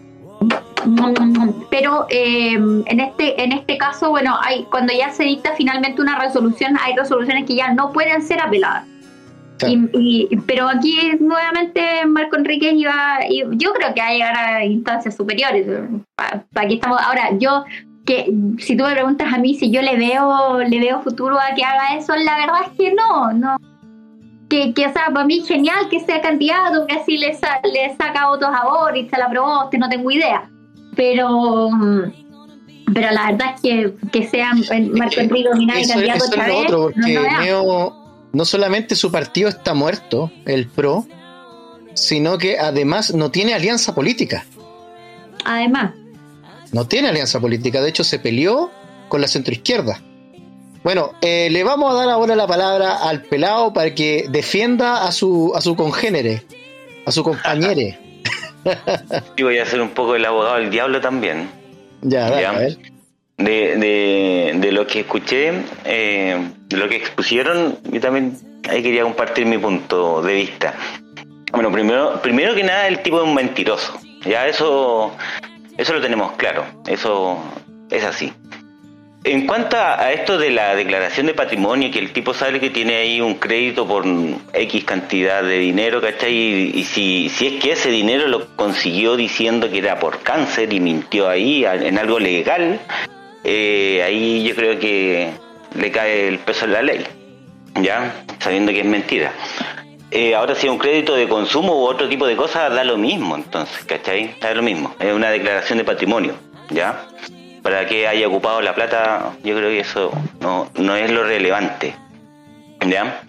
Speaker 2: pero eh, en este en este caso, bueno, hay cuando ya se dicta finalmente una resolución, hay resoluciones que ya no pueden ser apeladas. Sí. Y, y, pero aquí nuevamente Marco Enríquez iba, y yo creo que va a llegar a instancias superiores. Aquí estamos. Ahora, yo que si tú me preguntas a mí si yo le veo le veo futuro a que haga eso, la verdad es que no, no. Que, que o sea, para mí genial que sea candidato, que así le, sa- le saca votos a Boris, se la aprobó, no tengo idea. Pero pero la verdad es que, que sea Marco Enrique Ominami candidato
Speaker 1: otra vez. Otro, porque no, Meo, no solamente su partido está muerto, el PRO, sino que además no tiene alianza política.
Speaker 2: Además.
Speaker 1: No tiene alianza política, de hecho se peleó con la centroizquierda. Bueno, eh, le vamos a dar ahora la palabra al pelado para que defienda a su a su congénere, a su compañere.
Speaker 4: Yo voy a ser un poco el abogado del diablo también.
Speaker 1: Ya, dale, a ver.
Speaker 4: De, de, de lo que escuché, eh, de lo que expusieron, yo también ahí quería compartir mi punto de vista. Bueno, primero, primero que nada, el tipo es un mentiroso. Ya eso, eso lo tenemos claro. Eso es así. En cuanto a esto de la declaración de patrimonio, que el tipo sabe que tiene ahí un crédito por X cantidad de dinero, ¿cachai? Y, y si, si es que ese dinero lo consiguió diciendo que era por cáncer y mintió ahí en algo legal, eh, ahí yo creo que le cae el peso en la ley, ¿ya? Sabiendo que es mentira. Eh, ahora si es un crédito de consumo u otro tipo de cosas, da lo mismo, entonces, ¿cachai? Da lo mismo, es una declaración de patrimonio, ¿ya? Para que haya ocupado la plata, yo creo que eso no, no es lo relevante, ¿ya?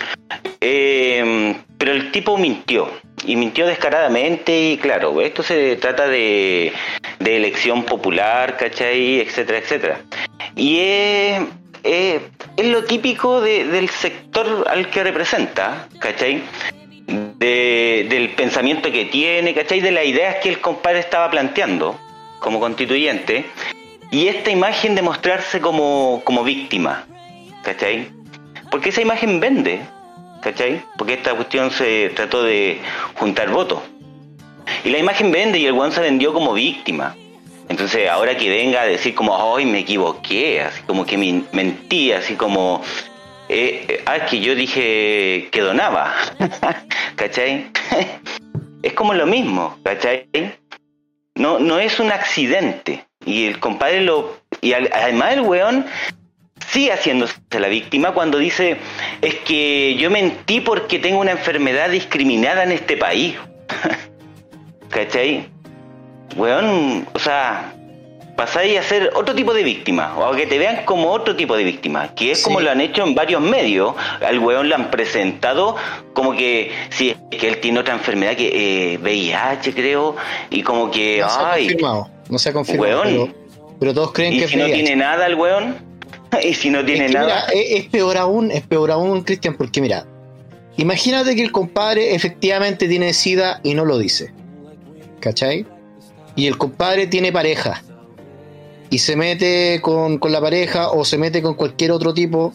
Speaker 4: Eh, pero el tipo mintió, y mintió descaradamente, y claro, esto se trata de, de elección popular, ¿cachai? Etcétera, etcétera. Y es, es, es lo típico de, del sector al que representa, ¿cachai? De, del pensamiento que tiene, ¿cachai? De las ideas que el compadre estaba planteando como constituyente. Y esta imagen de mostrarse como, como víctima, ¿cachai? Porque esa imagen vende, ¿cachai? Porque esta cuestión se trató de juntar votos. Y la imagen vende y el weón se vendió como víctima. Entonces ahora que venga a decir como, ¡ay, me equivoqué! Así como que me, mentí, así como... Eh, eh, ah, que yo dije que donaba, ¿cachai? Es como lo mismo, ¿cachai? No, no es un accidente. Y el compadre lo... Y al, además el weón sigue haciéndose la víctima cuando dice, es que yo mentí porque tengo una enfermedad discriminada en este país. ¿Cachai? Weón, o sea, pasáis a ser otro tipo de víctima, o a que te vean como otro tipo de víctima, que es sí. Como lo han hecho en varios medios. Al weón lo han presentado como que sí, es que él tiene otra enfermedad, que eh, V I H creo, y como que
Speaker 1: no
Speaker 4: ay,
Speaker 1: se ha confirmado, no se ha confirmado, pero, pero todos creen
Speaker 4: ¿y
Speaker 1: que
Speaker 4: si
Speaker 1: es
Speaker 4: no
Speaker 1: V I H?
Speaker 4: Tiene nada el weón? Y si no tiene
Speaker 1: es que,
Speaker 4: nada,
Speaker 1: mira, es, es peor aún, es peor aún, Cristian, porque mira, imagínate que el compadre efectivamente tiene SIDA y no lo dice, ¿cachai? Y el compadre tiene pareja y se mete con, con la pareja o se mete con cualquier otro tipo,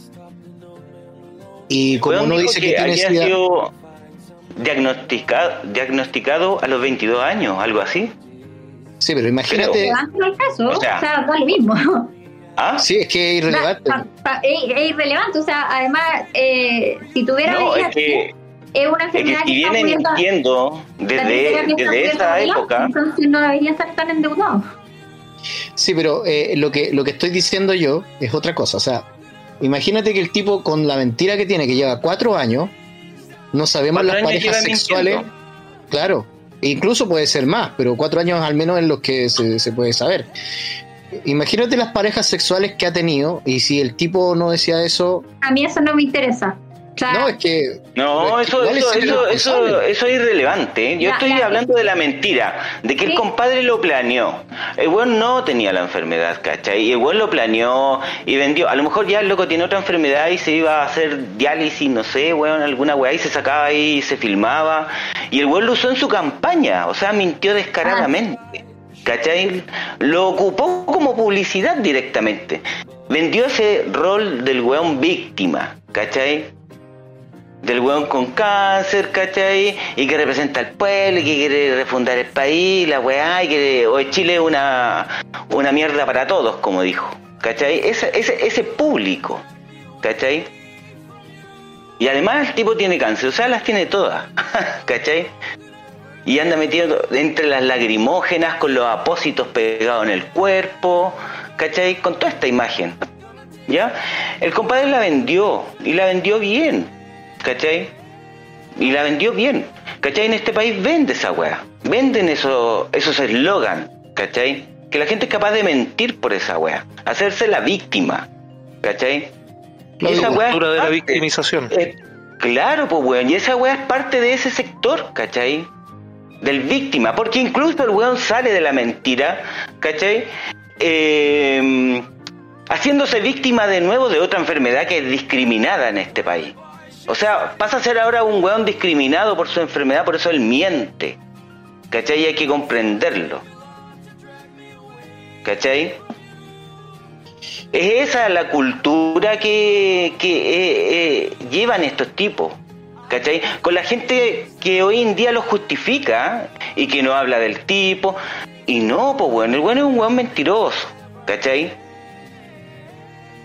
Speaker 1: y como no dice que, que tiene SIDA,
Speaker 4: sido diagnosticado, diagnosticado a los veintidós años, algo así.
Speaker 1: Sí, pero imagínate.
Speaker 2: Pero, el caso, o sea, o sea, da lo mismo.
Speaker 1: ¿Ah? Sí, es que es irrelevante.
Speaker 2: Pa, pa, pa, es, es irrelevante, o sea, además, eh, si tuviera
Speaker 4: no,
Speaker 2: V I H,
Speaker 4: es que,
Speaker 2: es una enfermedad
Speaker 4: es que si
Speaker 2: que
Speaker 4: vienen mintiendo desde, desde esa época.
Speaker 2: Entonces no debería estar tan endeudado.
Speaker 1: Sí, pero eh, lo que lo que estoy diciendo yo es otra cosa. O sea, imagínate que el tipo, con la mentira que tiene, que lleva cuatro años, no sabemos las parejas sexuales. Mintiendo. Claro, incluso puede ser más, pero cuatro años al menos es lo que se, se puede saber. Imagínate las parejas sexuales que ha tenido, y si el tipo no decía eso.
Speaker 2: A mí eso no me interesa. O sea,
Speaker 1: no, es que.
Speaker 4: No, eso,
Speaker 1: es que
Speaker 4: eso, eso, eso, eso es irrelevante. ¿eh? Yo
Speaker 2: la,
Speaker 4: estoy la, hablando de la mentira, de que ¿sí? El compadre lo planeó. El weón no tenía la enfermedad, ¿cachai? Y el weón lo planeó y vendió. A lo mejor ya el loco tiene otra enfermedad y se iba a hacer diálisis, no sé, weón, alguna weá, y se sacaba ahí y se filmaba. Y el weón lo usó en su campaña, o sea, mintió descaradamente. Ah. ¿Cachai? Lo ocupó como publicidad directamente. Vendió ese rol del weón víctima, ¿cachai? Del weón con cáncer, ¿cachai? Y que representa al pueblo, y que quiere refundar el país, la weá, y que o Chile es una, una mierda para todos, como dijo, ¿cachai? Ese, ese, ese público, ¿cachai? Y además el tipo tiene cáncer, o sea, las tiene todas, ¿cachai? Y anda metido entre las lagrimógenas, con los apósitos pegados en el cuerpo, ¿cachai? Con toda esta imagen, ¿ya? El compadre la vendió, y la vendió bien, ¿cachai? Y la vendió bien, ¿cachai? En este país vende esa weá, venden esos esos eslogan, ¿cachai? Que la gente es capaz de mentir por esa weá, hacerse la víctima, ¿cachai?
Speaker 3: La
Speaker 4: esa weá
Speaker 3: cultura de la victimización.
Speaker 4: Eh, claro, pues weón, y esa weá es parte de ese sector, ¿cachai? Del víctima, porque incluso el weón sale de la mentira, ¿cachai? Eh, haciéndose víctima de nuevo de otra enfermedad que es discriminada en este país. O sea, pasa a ser ahora un weón discriminado por su enfermedad, por eso él miente, ¿cachai? Y hay que comprenderlo, ¿cachai? Es esa la cultura que, que eh, eh, llevan estos tipos, ¿cachai? Con la gente que hoy en día lo justifica y que no habla del tipo. Y no, pues bueno, el weón es un weón mentiroso, ¿cachai?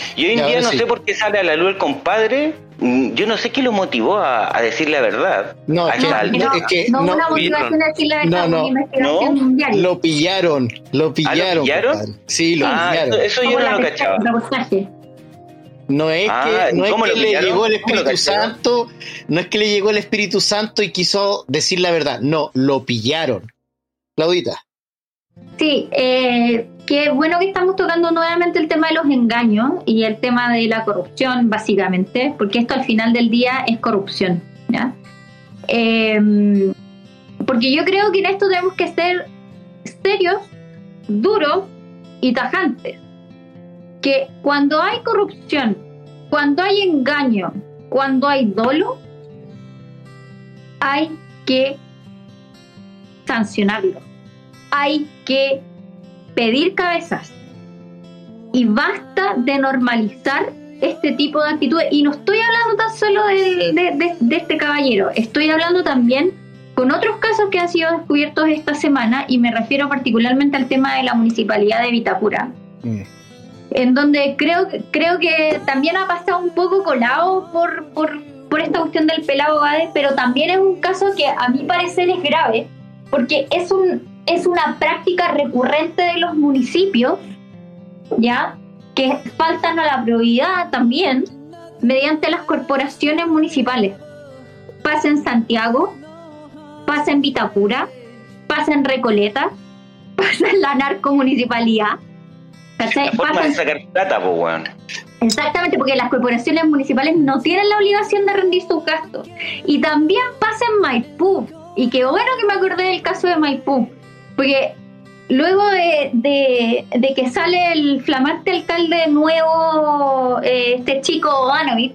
Speaker 4: Y hoy en
Speaker 1: Ya,
Speaker 4: día
Speaker 1: ahora
Speaker 4: no
Speaker 1: sí.
Speaker 4: sé por qué sale a la luz el compadre. Mm, Yo no sé qué lo motivó a, a decir la verdad.
Speaker 1: No,
Speaker 4: A
Speaker 1: es que-
Speaker 4: esta altura.
Speaker 2: No,
Speaker 1: es que
Speaker 2: no,
Speaker 1: no-
Speaker 2: una motivación a decir la verdad,
Speaker 1: no, no,
Speaker 2: una investigación
Speaker 4: no,
Speaker 2: mundial.
Speaker 1: Lo pillaron, lo pillaron.
Speaker 4: pillaron?
Speaker 1: compadre. Sí, lo
Speaker 4: Ah,
Speaker 1: pillaron.
Speaker 4: eso, eso yo
Speaker 2: Como
Speaker 4: no
Speaker 2: la
Speaker 4: lo
Speaker 2: pesca-
Speaker 4: cachaba.
Speaker 2: reportaje.
Speaker 1: No es
Speaker 4: Ah,
Speaker 1: que, no es
Speaker 4: ¿cómo
Speaker 1: que
Speaker 4: lo
Speaker 1: le
Speaker 4: pillaron?
Speaker 1: llegó el
Speaker 4: ¿Cómo lo
Speaker 1: Espíritu
Speaker 4: cacharon?
Speaker 1: Santo, no es que le llegó el Espíritu Santo y quiso decir la verdad, no, lo pillaron. Claudita.
Speaker 2: Sí, eh, qué bueno que estamos tocando nuevamente el tema de los engaños y el tema de la corrupción, básicamente, porque esto al final del día es corrupción, ¿ya? Eh, porque yo creo que en esto tenemos que ser serios, duros y tajantes. Que cuando hay corrupción, cuando hay engaño, cuando hay dolo, hay que sancionarlo. Hay que pedir cabezas. Y basta de normalizar este tipo de actitudes. Y no estoy hablando tan solo de, de, de, de este caballero, estoy hablando también con otros casos que han sido descubiertos esta semana, y me refiero particularmente al tema de la municipalidad de Vitacura,
Speaker 1: Mm.
Speaker 2: en donde creo, creo que también ha pasado un poco colado por, por, por esta cuestión del pelado Báez, pero también es un caso que a mi parecer es grave, porque es, un, es una práctica recurrente de los municipios, ¿ya? Que faltan a la probidad también mediante las corporaciones municipales. Pasa en Santiago, pasa en Vitacura, pasa en Recoleta, pasa en la narcomunicipalidad. ¿Cachai?
Speaker 4: La forma
Speaker 2: Pasa
Speaker 4: de
Speaker 2: en-
Speaker 4: sacar plata, pues, weón.
Speaker 2: Exactamente, porque las corporaciones municipales no tienen la obligación de rendir sus gastos. Y también pasa en Maipú. Y qué bueno que me acordé del caso de Maipú. Porque luego de, de, de que sale el flamante alcalde nuevo, eh, este chico Bogdanovich,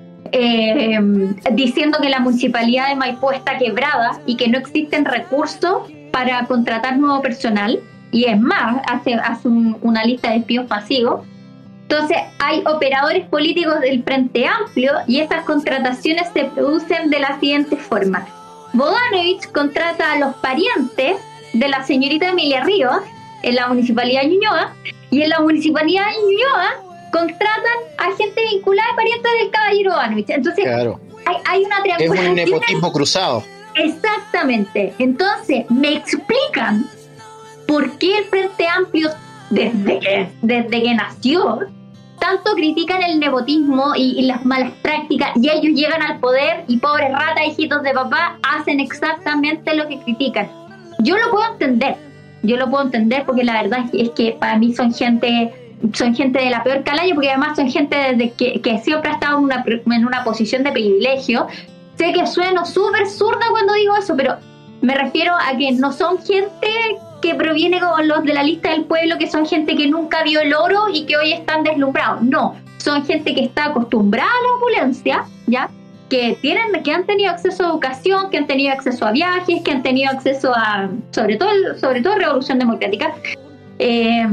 Speaker 2: eh, diciendo que la municipalidad de Maipú está quebrada y que no existen recursos para contratar nuevo personal. Y es más, hace, hace un- una lista de despidos masivos. Entonces hay operadores políticos del Frente Amplio y esas contrataciones se producen de la siguiente forma. Bogdanovich contrata a los parientes de la señorita Emilia Ríos en la municipalidad de Ñuñoa, y en la municipalidad de Ñuñoa contratan a gente vinculada a parientes del caballero Bogdanovich. Entonces
Speaker 1: Claro.
Speaker 2: hay, hay una
Speaker 1: Es
Speaker 2: triangulación.
Speaker 1: un nepotismo cruzado.
Speaker 2: Exactamente. Entonces, me explican por qué el Frente Amplio, desde que, desde que nació, tanto critican el nepotismo y, y las malas prácticas, y ellos llegan al poder y pobres ratas, hijitos de papá, hacen exactamente lo que critican. Yo lo puedo entender, yo lo puedo entender porque la verdad es que para mí son gente... son gente de la peor calaña, porque además son gente desde que, que siempre ha estado en una, en una posición de privilegio. Sé que sueno súper zurda cuando digo eso, pero me refiero a que no son gente que proviene como los de la lista del pueblo, que son gente que nunca vio el oro y que hoy están deslumbrados. No, son gente que está acostumbrada a la opulencia, ¿ya? Que tienen, que han tenido acceso a educación, que han tenido acceso a viajes, que han tenido acceso a, sobre todo, sobre todo Revolución Democrática, eh,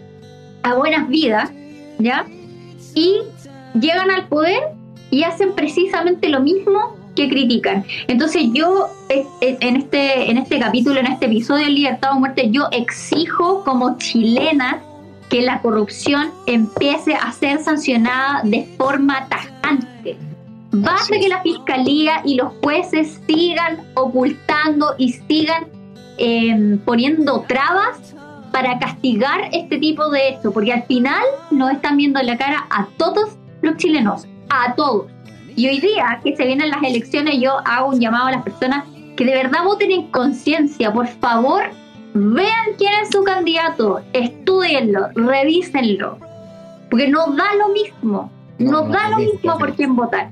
Speaker 2: a buenas vidas, ¿ya? Y llegan al poder y hacen precisamente lo mismo que critican. Entonces yo en este, en este capítulo, en este episodio de Libertad o Muerte, yo exijo como chilena que la corrupción empiece a ser sancionada de forma tajante. Basta que la fiscalía y los jueces sigan ocultando y sigan eh, poniendo trabas para castigar este tipo de esto, porque al final nos están viendo en la cara a todos los chilenos, a todos. Y hoy día que se vienen las elecciones, yo hago un llamado a las personas que de verdad voten en conciencia. Por favor, vean quién es su candidato, estúdienlo, revísenlo, porque no da lo mismo, no,
Speaker 1: No, no,
Speaker 2: da lo
Speaker 1: no,
Speaker 2: mismo
Speaker 1: no.
Speaker 2: por quién votar.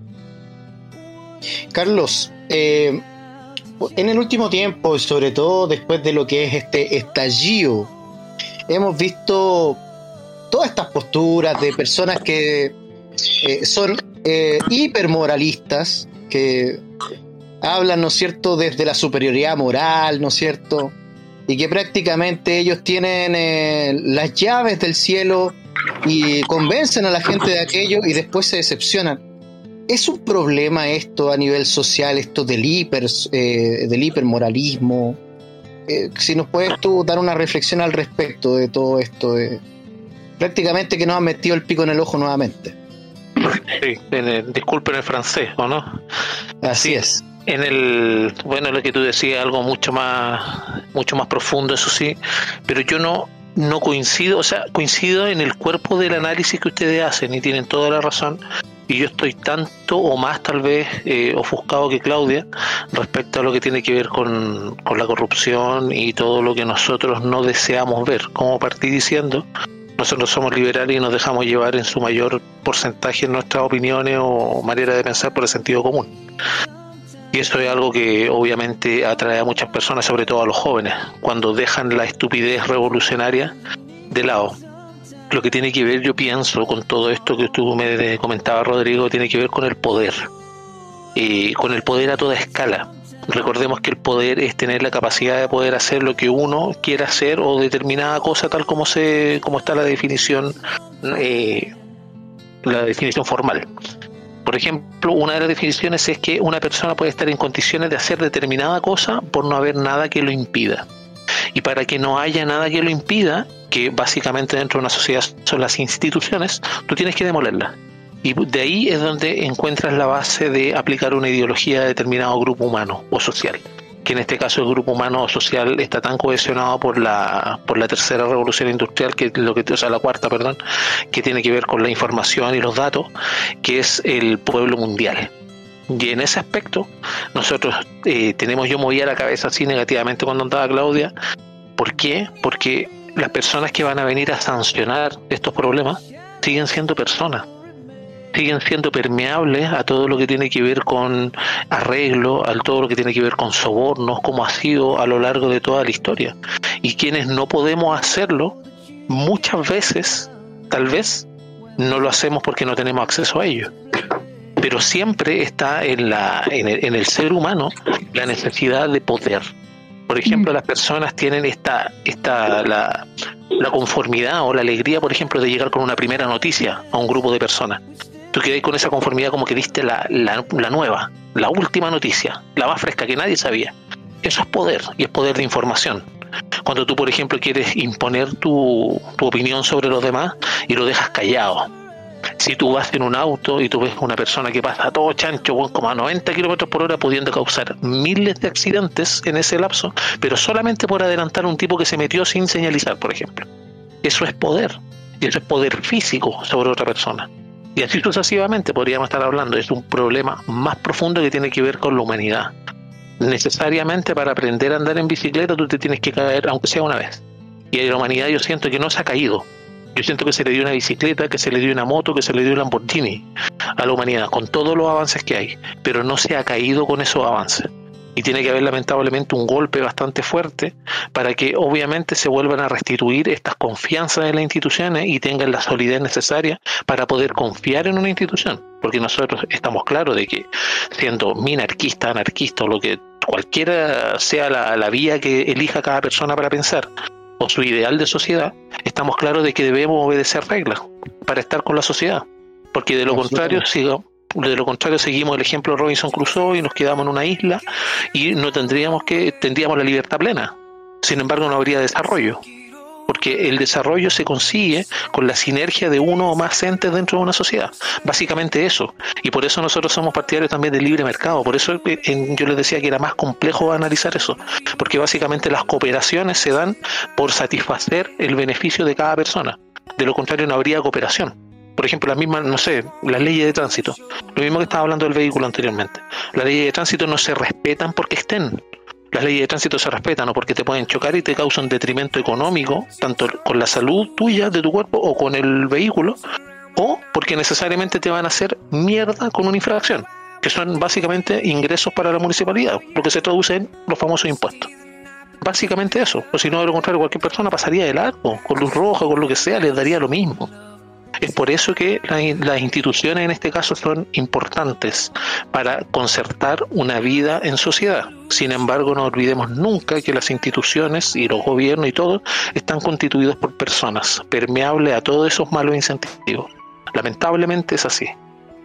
Speaker 1: Carlos, eh, en el último tiempo, y sobre todo después de lo que es este estallido, hemos visto todas estas posturas de personas que eh, son eh, hipermoralistas, que hablan, ¿no es cierto?, desde la superioridad moral, ¿no es cierto?, y que prácticamente ellos tienen eh, las llaves del cielo y convencen a la gente de aquello y después se decepcionan. ¿Es un problema esto a nivel social, esto del hiper, eh, del hipermoralismo? Eh, si nos puedes tú dar una reflexión al respecto de todo esto. De... prácticamente que nos han metido el pico en el ojo nuevamente.
Speaker 3: Sí, en el, disculpen el francés, ¿o no?
Speaker 1: Así
Speaker 3: sí,
Speaker 1: es.
Speaker 3: En el, bueno, lo que tú decías, algo mucho más, mucho más profundo, eso sí, pero yo no, no coincido, o sea, coincido en el cuerpo del análisis que ustedes hacen y tienen toda la razón. Y yo estoy tanto o más tal vez eh, ofuscado que Claudia respecto a lo que tiene que ver con, con la corrupción y todo lo que nosotros no deseamos ver. Como partí diciendo, nosotros somos liberales y nos dejamos llevar en su mayor porcentaje en nuestras opiniones o manera de pensar por el sentido común. Y eso es algo que obviamente atrae a muchas personas, sobre todo a los jóvenes, cuando dejan la estupidez revolucionaria de lado. Lo que tiene que ver, yo pienso, con todo esto que tú me comentabas, Rodrigo, tiene que ver con el poder, y con el poder a toda escala. Recordemos que el poder es tener la capacidad de poder hacer lo que uno quiera hacer o determinada cosa, tal como se, como está la definición, eh, la definición formal. Por ejemplo, una de las definiciones es que una persona puede estar en condiciones de hacer determinada cosa por no haber nada que lo impida. Y para que no haya nada que lo impida, que básicamente dentro de una sociedad son las instituciones, tú tienes que demolerlas. Y de ahí es donde encuentras la base de aplicar una ideología de determinado grupo humano o social. Que en este caso el grupo humano o social está tan cohesionado por la por la tercera revolución industrial, que lo que o sea la cuarta, perdón, que tiene que ver con la información y los datos, que es el pueblo mundial. Y en ese aspecto nosotros eh, tenemos, yo movía la cabeza así negativamente cuando andaba Claudia. ¿Por qué? Porque las personas que van a venir a sancionar estos problemas siguen siendo personas, siguen siendo permeables a todo lo que tiene que ver con arreglo, a todo lo que tiene que ver con sobornos, como ha sido a lo largo de toda la historia. Y quienes no podemos hacerlo, muchas veces, tal vez, no lo hacemos porque no tenemos acceso a ello. Pero siempre está en, la, en, el, en el ser humano la necesidad de poder. Por ejemplo, las personas tienen esta, esta la, la conformidad o la alegría, por ejemplo, de llegar con una primera noticia a un grupo de personas. Tú quedás con esa conformidad como que diste la, la, la nueva, la última noticia, la más fresca que nadie sabía. Eso es poder, y es poder de información. Cuando tú, por ejemplo, quieres imponer tu, tu opinión sobre los demás y lo dejas callado. Si tú vas en un auto y tú ves una persona que pasa a todo chancho, como a noventa kilómetros por hora, pudiendo causar miles de accidentes en ese lapso, pero solamente por adelantar a un tipo que se metió sin señalizar, por ejemplo. Eso es poder, y eso es poder físico sobre otra persona. Y así sucesivamente podríamos estar hablando. Es un problema más profundo que tiene que ver con la humanidad. Necesariamente para aprender a andar en bicicleta tú te tienes que caer, aunque sea una vez. Y a la humanidad yo siento que no se ha caído. Yo siento que se le dio una bicicleta, que se le dio una moto, que se le dio un Lamborghini a la humanidad, con todos los avances que hay, pero no se ha caído con esos avances. Y tiene que haber lamentablemente un golpe bastante fuerte para que obviamente se vuelvan a restituir estas confianzas en las instituciones y tengan la solidez necesaria para poder confiar en una institución. Porque nosotros estamos claros de que, siendo minarquista, anarquista o lo que cualquiera sea la, la vía que elija cada persona para pensar, o su ideal de sociedad, estamos claros de que debemos obedecer reglas para estar con la sociedad, porque de lo contrario sigo, de lo contrario seguimos el ejemplo de Robinson Crusoe y nos quedamos en una isla y no tendríamos que tendríamos la libertad plena. Sin embargo, no habría desarrollo, porque el desarrollo se consigue con la sinergia de uno o más entes dentro de una sociedad. Básicamente eso. Y por eso nosotros somos partidarios también del libre mercado. Por eso en, yo les decía que era más complejo analizar eso. Porque básicamente las cooperaciones se dan por satisfacer el beneficio de cada persona. De lo contrario no habría cooperación. Por ejemplo, las mismas, no sé, las leyes de tránsito. Lo mismo que estaba hablando del vehículo anteriormente. Las leyes de tránsito no se respetan porque estén. Las leyes de tránsito se respetan, o porque te pueden chocar y te causan detrimento económico, tanto con la salud tuya, de tu cuerpo, o con el vehículo, o porque necesariamente te van a hacer mierda con una infracción, que son básicamente ingresos para la municipalidad, lo que se traduce en los famosos impuestos. Básicamente eso, o si no, de lo contrario, cualquier persona pasaría de largo, con luz roja, con lo que sea, les daría lo mismo. Es por eso que la, las instituciones en este caso son importantes para concertar una vida en sociedad. Sin embargo, no olvidemos nunca que las instituciones y los gobiernos y todo están constituidos por personas, permeables a todos esos malos incentivos. Lamentablemente es así.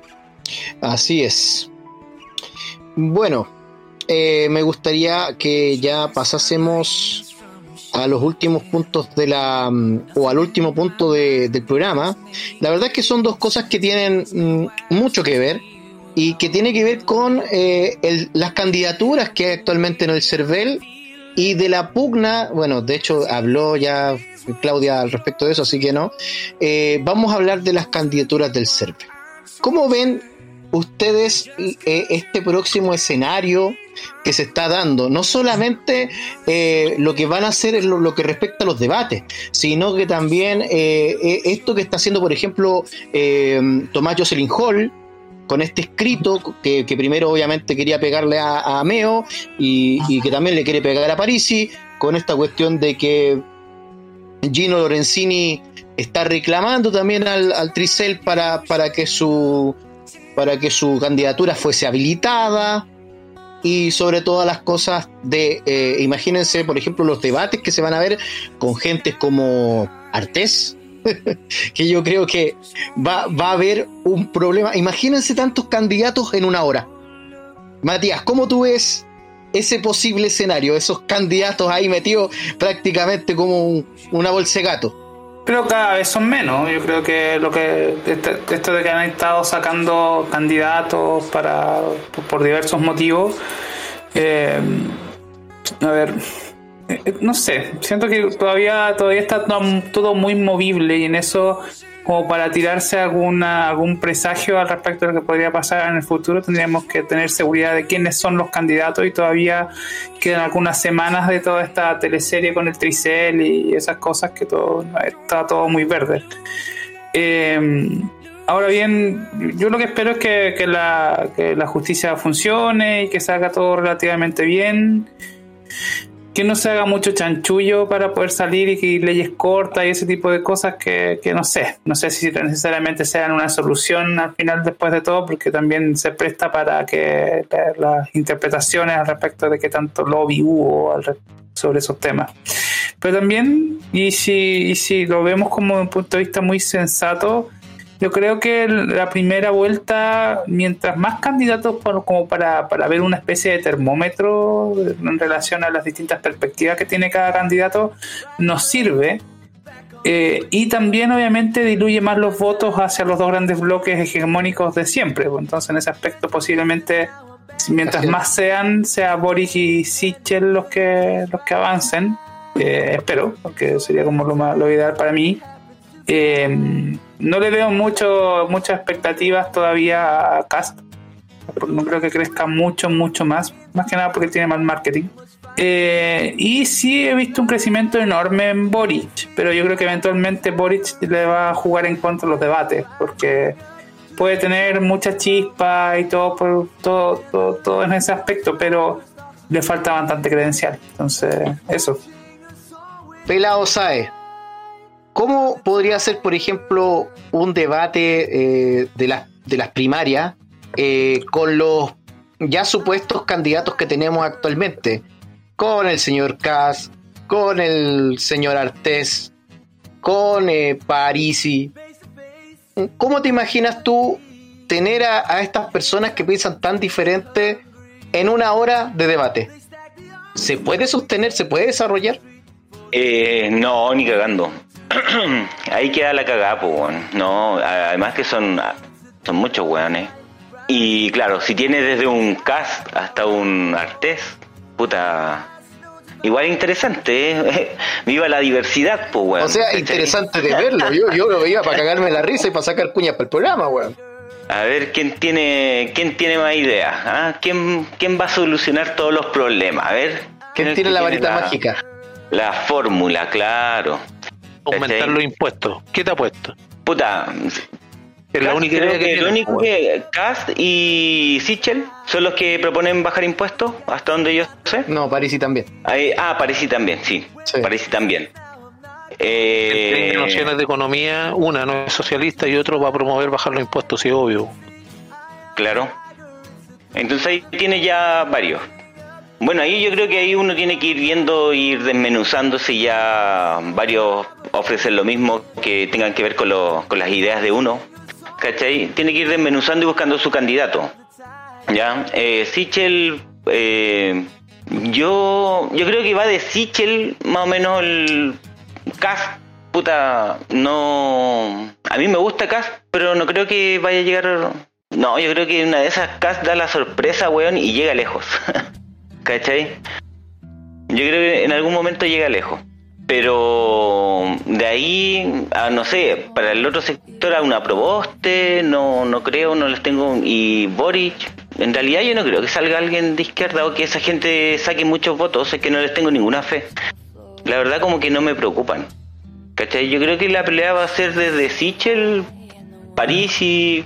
Speaker 1: Así es. Bueno, eh, me gustaría que ya pasásemos a los últimos puntos de la o al último punto de, del programa, la verdad es que son dos cosas que tienen mm, mucho que ver y que tiene que ver con eh, el, las candidaturas que hay actualmente en el CERVEL y de la pugna. Bueno, de hecho habló ya Claudia al respecto de eso, así que no. Eh, vamos a hablar de las candidaturas del CERVEL. ¿Cómo ven ustedes eh, este próximo escenario que se está dando? No solamente eh, lo que van a hacer es lo, lo que respecta a los debates, sino que también eh, esto que está haciendo, por ejemplo, eh, Tomás Jocelyn Hall, con este escrito que, que primero obviamente quería pegarle a, a Meo y, y que también le quiere pegar a Parisi, con esta cuestión de que Gino Lorenzini está reclamando también al, al Tricel para, para que su para que su candidatura fuese habilitada, y sobre todas las cosas de eh, imagínense por ejemplo los debates que se van a ver con gentes como Artés, que yo creo que va, va a haber un problema. Imagínense tantos candidatos en una hora. Matías, ¿cómo tú ves ese posible escenario? Esos candidatos ahí metidos prácticamente como un, una bolsa de gato.
Speaker 5: Pero cada vez son menos. Yo creo que lo que esto de que han estado sacando candidatos para por diversos motivos, eh, a ver, no sé, siento que todavía todavía está todo muy movible, y en eso, como para tirarse alguna algún presagio al respecto de lo que podría pasar en el futuro, tendríamos que tener seguridad de quiénes son los candidatos, y todavía quedan algunas semanas de toda esta teleserie con el Tricel y esas cosas, que todo está todo muy verde. Eh, ahora bien, yo lo que espero es que, que, la, que la justicia funcione y que se haga todo relativamente bien, que no se haga mucho chanchullo para poder salir, y que leyes cortas y ese tipo de cosas que, que no sé, no sé si necesariamente sean una solución al final después de todo, porque también se presta para que las interpretaciones al respecto de qué tanto lobby hubo al, sobre esos temas. Pero también, y si, y si lo vemos como un punto de vista muy sensato, yo creo que la primera vuelta, mientras más candidatos por, como para, para ver una especie de termómetro en relación a las distintas perspectivas que tiene cada candidato, nos sirve. Eh, y también obviamente diluye más los votos hacia los dos grandes bloques hegemónicos de siempre. Entonces, en ese aspecto, posiblemente, mientras más sean, sea Boric y Sichel los que, los que avancen. Eh, espero, porque sería como lo, más, lo ideal para mí. Eh, no le veo mucho muchas expectativas todavía a Kast. No creo que crezca mucho, mucho más. Más que nada porque tiene más marketing. Eh, y sí he visto un crecimiento enorme en Boric, pero yo creo que eventualmente Boric le va a jugar en contra de los debates, porque puede tener mucha chispa y todo, por, todo, todo, todo en ese aspecto, pero le falta bastante credencial. Entonces, eso.
Speaker 1: Pelao Sáez, ¿cómo podría ser, por ejemplo, un debate eh, de, las, de las primarias eh, con los ya supuestos candidatos que tenemos actualmente? Con el señor Kast, con el señor Artés, con eh, Parisi. ¿Cómo te imaginas tú tener a, a estas personas que piensan tan diferente en una hora de debate? ¿Se puede sostener? ¿Se puede desarrollar?
Speaker 4: Eh, no, ni cagando. Ahí queda la cagada, pues, bueno. No, además que son, son muchos weones. Y claro, si tiene desde un Kast hasta un Artés, puta, igual interesante, ¿eh? Viva la diversidad, pues, weón.
Speaker 1: O sea, interesante de verlo. Yo, yo lo veía para cagarme la risa y para sacar cuñas para el programa, weón.
Speaker 4: A ver quién tiene, quién tiene más ideas, ¿ah? ¿Quién, quién va a solucionar todos los problemas? A ver,
Speaker 1: ¿quién tiene la varita la, mágica?
Speaker 4: La fórmula, claro.
Speaker 3: Aumentar ¿sí? los impuestos. ¿Qué te ha puesto?
Speaker 4: Puta.
Speaker 3: Es la única idea que, que tiene.
Speaker 4: Lo único que Kast y Sichel son los que proponen bajar impuestos, hasta donde yo sé.
Speaker 1: No, Parisi también.
Speaker 4: Ahí, ah, Parisi también, sí. sí. Parisi también.
Speaker 3: Eh, tiene nociones de economía, una no es socialista y otro va a promover bajar los impuestos, sí, obvio.
Speaker 4: Claro. Entonces ahí tiene ya varios. Bueno, ahí yo creo que ahí uno tiene que ir viendo, ir desmenuzándose, ya varios ofrecen lo mismo que tengan que ver con, lo, con las ideas de uno, ¿cachai? Tiene que ir desmenuzando y buscando su candidato, ¿ya? Eh, Sichel, eh, Yo yo creo que va de Sichel, más o menos el Kast, puta, no... A mí me gusta Kast, pero no creo que vaya a llegar... No, yo creo que una de esas Kast da la sorpresa, weón, y llega lejos. ¿Cachai? Yo creo que en algún momento llega lejos. Pero de ahí, a, no sé, para el otro sector a una Proboste, no no creo, no les tengo... Y Boric, en realidad yo no creo que salga alguien de izquierda o que esa gente saque muchos votos, es que no les tengo ninguna fe. La verdad como que no me preocupan. ¿Cachai? Yo creo que la pelea va a ser desde Sichel, Parisi,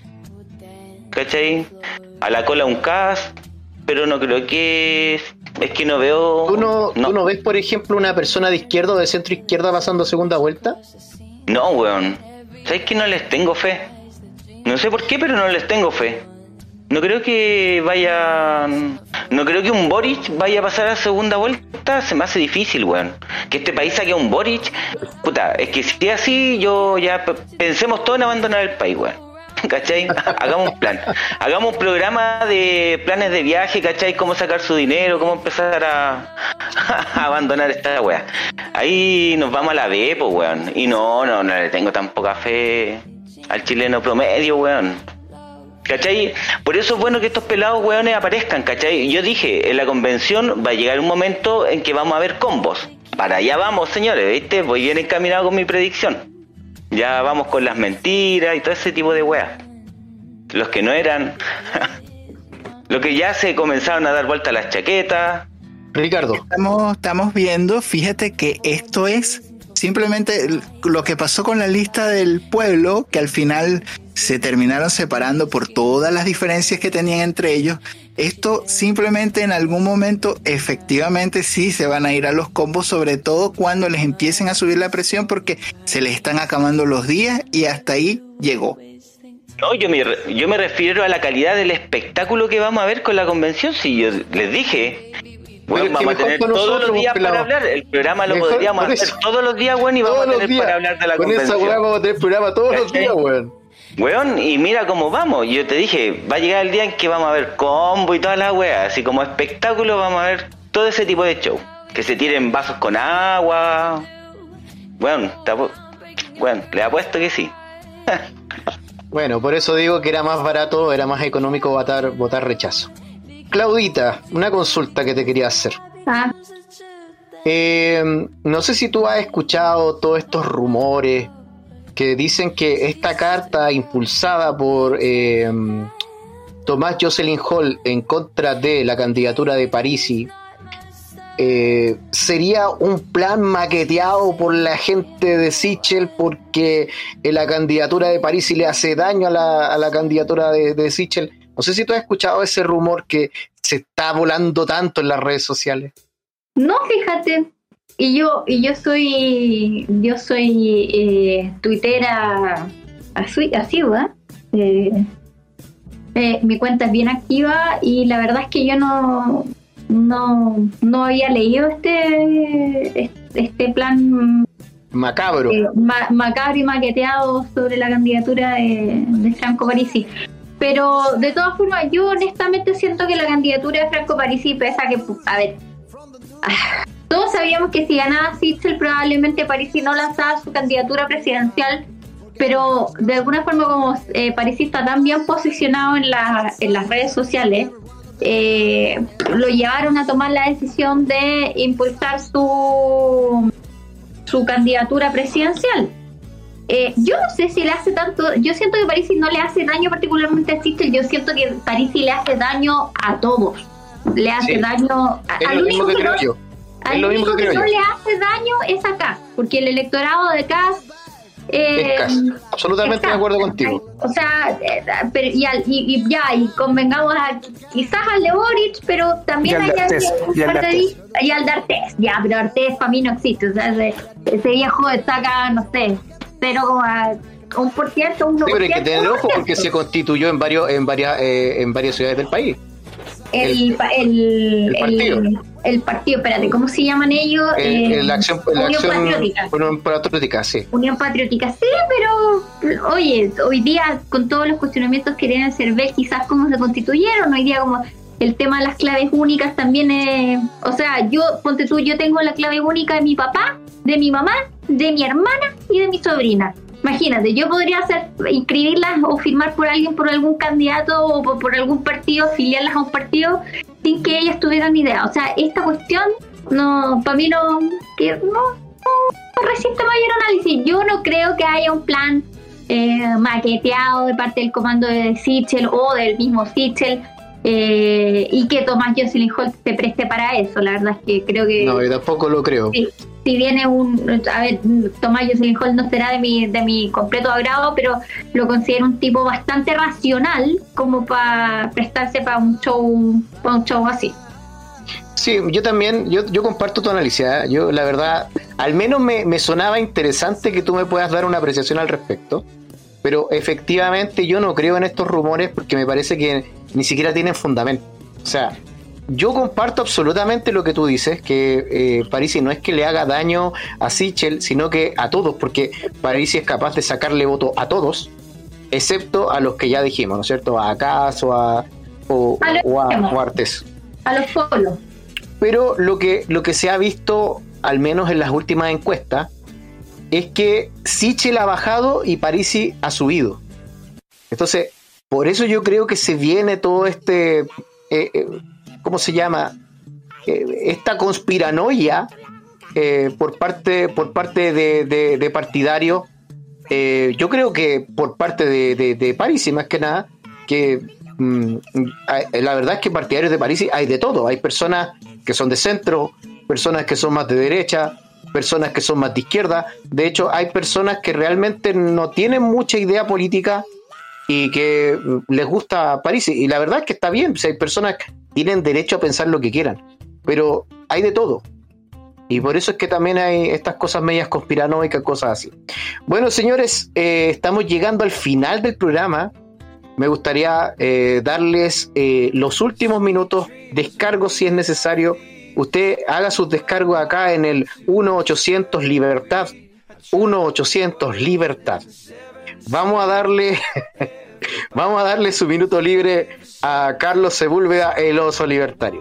Speaker 4: ¿cachai? A la cola un Kast, pero no creo que... Es que no veo...
Speaker 1: ¿Tú no,
Speaker 4: no.
Speaker 1: ¿Tú no ves, por ejemplo, una persona de izquierda o de centro izquierda pasando segunda vuelta?
Speaker 4: No, weón. ¿Sabes que no les tengo fe? No sé por qué, pero no les tengo fe. No creo que vaya... No creo que un Boric vaya a pasar a segunda vuelta. Se me hace difícil, weón. Que este país saque a un Boric. Puta, es que si es así, yo ya... Pensemos todos en abandonar el país, weón. ¿Cachai? Hagamos un plan. Hagamos un programa de planes de viaje, ¿cachai? Cómo sacar su dinero, cómo empezar a, a abandonar esta weá. Ahí nos vamos a la B, pues, weón. Y no, no, no le tengo tan poca fe al chileno promedio, weón. ¿Cachai? Por eso es bueno que estos pelados weones aparezcan, ¿cachai? Yo dije, en la convención va a llegar un momento en que vamos a ver combos. Para allá vamos, señores, ¿viste? Voy bien encaminado con mi predicción. Ya vamos con las mentiras y todo ese tipo de weas. Los que no eran. Los que ya se comenzaron a dar vuelta a las chaquetas.
Speaker 1: Ricardo.
Speaker 6: Estamos, estamos viendo, fíjate que esto es simplemente lo que pasó con la lista del pueblo, que al final se terminaron separando por todas las diferencias que tenían entre ellos. Esto simplemente en algún momento efectivamente sí se van a ir a los combos, sobre todo cuando les empiecen a subir la presión porque se les están acabando los días y hasta ahí llegó.
Speaker 4: No, yo me, yo me refiero a la calidad del espectáculo que vamos a ver con la convención. Si yo les dije, bueno, vamos a tener todos los días para hablar. El programa lo podríamos hacer todos los días, weón, y vamos a tener para hablar de la convención.
Speaker 1: Con esa weá vamos a tener programa todos los días, weón.
Speaker 4: Weón, y mira cómo vamos. Yo te dije, va a llegar el día en que vamos a ver combo y todas las weas. Así como espectáculo vamos a ver todo ese tipo de show. Que se tiren vasos con agua. Weón, apu- weón, le apuesto que sí.
Speaker 1: Bueno, por eso digo que era más barato, era más económico votar, votar rechazo. Claudita, una consulta que te quería hacer.
Speaker 2: Ah,
Speaker 1: Eh, no sé si tú has escuchado todos estos rumores que dicen que esta carta impulsada por eh, Tomás Jocelyn Hall en contra de la candidatura de Parisi eh, sería un plan maqueteado por la gente de Sichel porque eh, la candidatura de Parisi le hace daño a la, a la candidatura de, de Sichel. No sé si tú has escuchado ese rumor que se está volando tanto en las redes sociales.
Speaker 2: no, fíjate. Y yo, y yo soy, yo soy eh, tuitera así, así, ¿verdad? Eh, eh, mi cuenta es bien activa y la verdad es que yo no, no, no había leído este, este plan
Speaker 1: Macabro.
Speaker 2: eh, ma- macabro y maqueteado sobre la candidatura de, de Franco Parisi. Pero de todas formas, yo honestamente siento que la candidatura de Franco Parisi, pese a que, a ver, ah, todos sabíamos que si ganaba Sichel probablemente Parisi no lanzaba su candidatura presidencial, pero de alguna forma como eh, Parisi está tan bien posicionado en, la, en las redes sociales, eh, lo llevaron a tomar la decisión de impulsar su, su candidatura presidencial. Eh, yo no sé si le hace tanto, yo siento que Parisi no le hace daño particularmente a Sichel, yo siento que Parisi le hace daño a todos, le hace
Speaker 1: Sí.
Speaker 2: daño a,
Speaker 1: Es
Speaker 2: al
Speaker 1: lo mismo
Speaker 2: único
Speaker 1: que
Speaker 2: que
Speaker 1: creo
Speaker 2: no,
Speaker 1: yo. Es
Speaker 2: al
Speaker 1: lo mismo
Speaker 2: único
Speaker 1: que
Speaker 2: que
Speaker 1: creo
Speaker 2: no
Speaker 1: yo.
Speaker 2: le hace daño es a Kast, porque el electorado de Kast eh,
Speaker 1: Es Kast. Absolutamente
Speaker 2: es
Speaker 1: de
Speaker 2: Kast,
Speaker 1: acuerdo
Speaker 2: ¿cachai?
Speaker 1: contigo.
Speaker 2: O sea, eh, pero, y, al- y, y ya, y convengamos a, quizás al de Boric, pero también
Speaker 5: Y al
Speaker 2: hay
Speaker 5: de Artés,
Speaker 2: un
Speaker 5: y al
Speaker 2: par
Speaker 5: de
Speaker 2: de
Speaker 5: Artés.
Speaker 2: y al de Artés, ya, pero Artés para mí no existe, o sea, ese, ese viejo saca, no sé, cero coma uno por ciento, uno
Speaker 1: Sí,
Speaker 2: por
Speaker 1: pero hay que
Speaker 2: ciento,
Speaker 1: tener ojo porque se constituyó en varios, en varias, eh, en varias ciudades del país.
Speaker 2: el, pa- el,
Speaker 1: el partido.
Speaker 2: el, el partido, espérate, ¿cómo se llaman ellos?
Speaker 1: El-
Speaker 2: Eh,
Speaker 1: el- la acción, la
Speaker 2: Unión
Speaker 1: acción
Speaker 2: Patriótica.
Speaker 1: Unión Patriótica, sí.
Speaker 2: Unión Patriótica, sí, pero oye, hoy día con todos los cuestionamientos que deben ser ver quizás cómo se constituyeron, hoy día como el tema de las claves únicas también es, o sea, yo, ponte tú, yo tengo la clave única de mi papá, de mi mamá, de mi hermana y de mi sobrina. Imagínate, yo podría hacer, inscribirlas o firmar por alguien, por algún candidato o por, por algún partido, afiliarlas a un partido sin que ellas tuvieran idea. O sea, esta cuestión, no, para mí no, que no, no resiste mayor análisis. Yo no creo que haya un plan eh, maqueteado de parte del comando de Sichel o del mismo Sichel, eh, y que Tomás Jocelyn Holt se preste para eso. La verdad es que creo que...
Speaker 1: No, yo tampoco lo creo.
Speaker 2: Sí, si viene un... A ver, Tomás Jocelyn Holt no será de mi, de mi completo agrado, pero lo considero un tipo bastante racional como para prestarse para un show, para un show así.
Speaker 1: Sí, yo también, yo, yo comparto tu análisis, ¿eh? Yo la verdad, al menos me, me sonaba interesante que tú me puedas dar una apreciación al respecto, pero efectivamente yo no creo en estos rumores porque me parece que ni siquiera tienen fundamento. O sea, yo comparto absolutamente lo que tú dices, que eh, Parisi no es que le haga daño a Sichel, sino que a todos, porque Parisi es capaz de sacarle voto a todos, excepto a los que ya dijimos, ¿no es cierto? A Acaso, a, o,
Speaker 2: a,
Speaker 1: o a, o a Artés.
Speaker 2: A los polos.
Speaker 1: Pero lo que, lo que se ha visto, al menos en las últimas encuestas, es que Sichel ha bajado y Parisi ha subido. Entonces, por eso yo creo que se viene todo este, eh, eh, ¿cómo se llama? Eh, esta conspiranoia eh, por parte, por parte de, de, de partidarios. Eh, yo creo que por parte de, de, de Parisi, más que nada, que mm, la verdad es que partidarios de Parisi hay de todo. Hay personas que son de centro, personas que son más de derecha, personas que son más de izquierda. De hecho, hay personas que realmente no tienen mucha idea política y que les gusta Parisi. Y la verdad es que está bien. O sea, hay personas que tienen derecho a pensar lo que quieran, pero hay de todo. Y por eso es que también hay estas cosas medias conspiranoicas, cosas así. Bueno, señores, eh, estamos llegando al final del programa. Me gustaría eh, darles eh, los últimos minutos, descargos si es necesario. Usted haga sus descargos acá en el uno ochocientos Libertad. uno ochocientos Libertad. Vamos a darle vamos a darle su minuto libre a Carlos Sepúlveda, el oso libertario.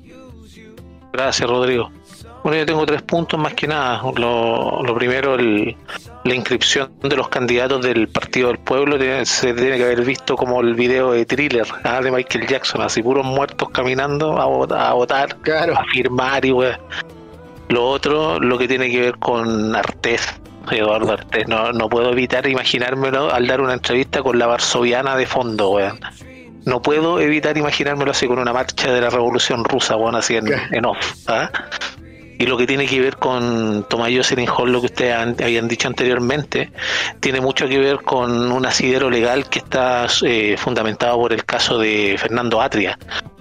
Speaker 3: Gracias, Rodrigo. Bueno, yo tengo tres puntos más que nada. Lo, lo primero, el, la inscripción de los candidatos del Partido del Pueblo tiene, se tiene que haber visto como el video de Thriller, ¿ah? De Michael Jackson, así puros muertos caminando a, votar, a votar, claro, a firmar y wey. Lo otro, lo que tiene que ver con Artés, Eduardo Artés. No, no puedo evitar imaginármelo al dar una entrevista con la varsoviana de fondo, weón. No puedo evitar imaginármelo así con una marcha de la Revolución Rusa, weón, así en, en off, ¿ah? Y lo que tiene que ver con Tomás Jocelyn Holt, lo que ustedes han, habían dicho anteriormente, tiene mucho que ver con un asidero legal que está eh, fundamentado por el caso de Fernando Atria,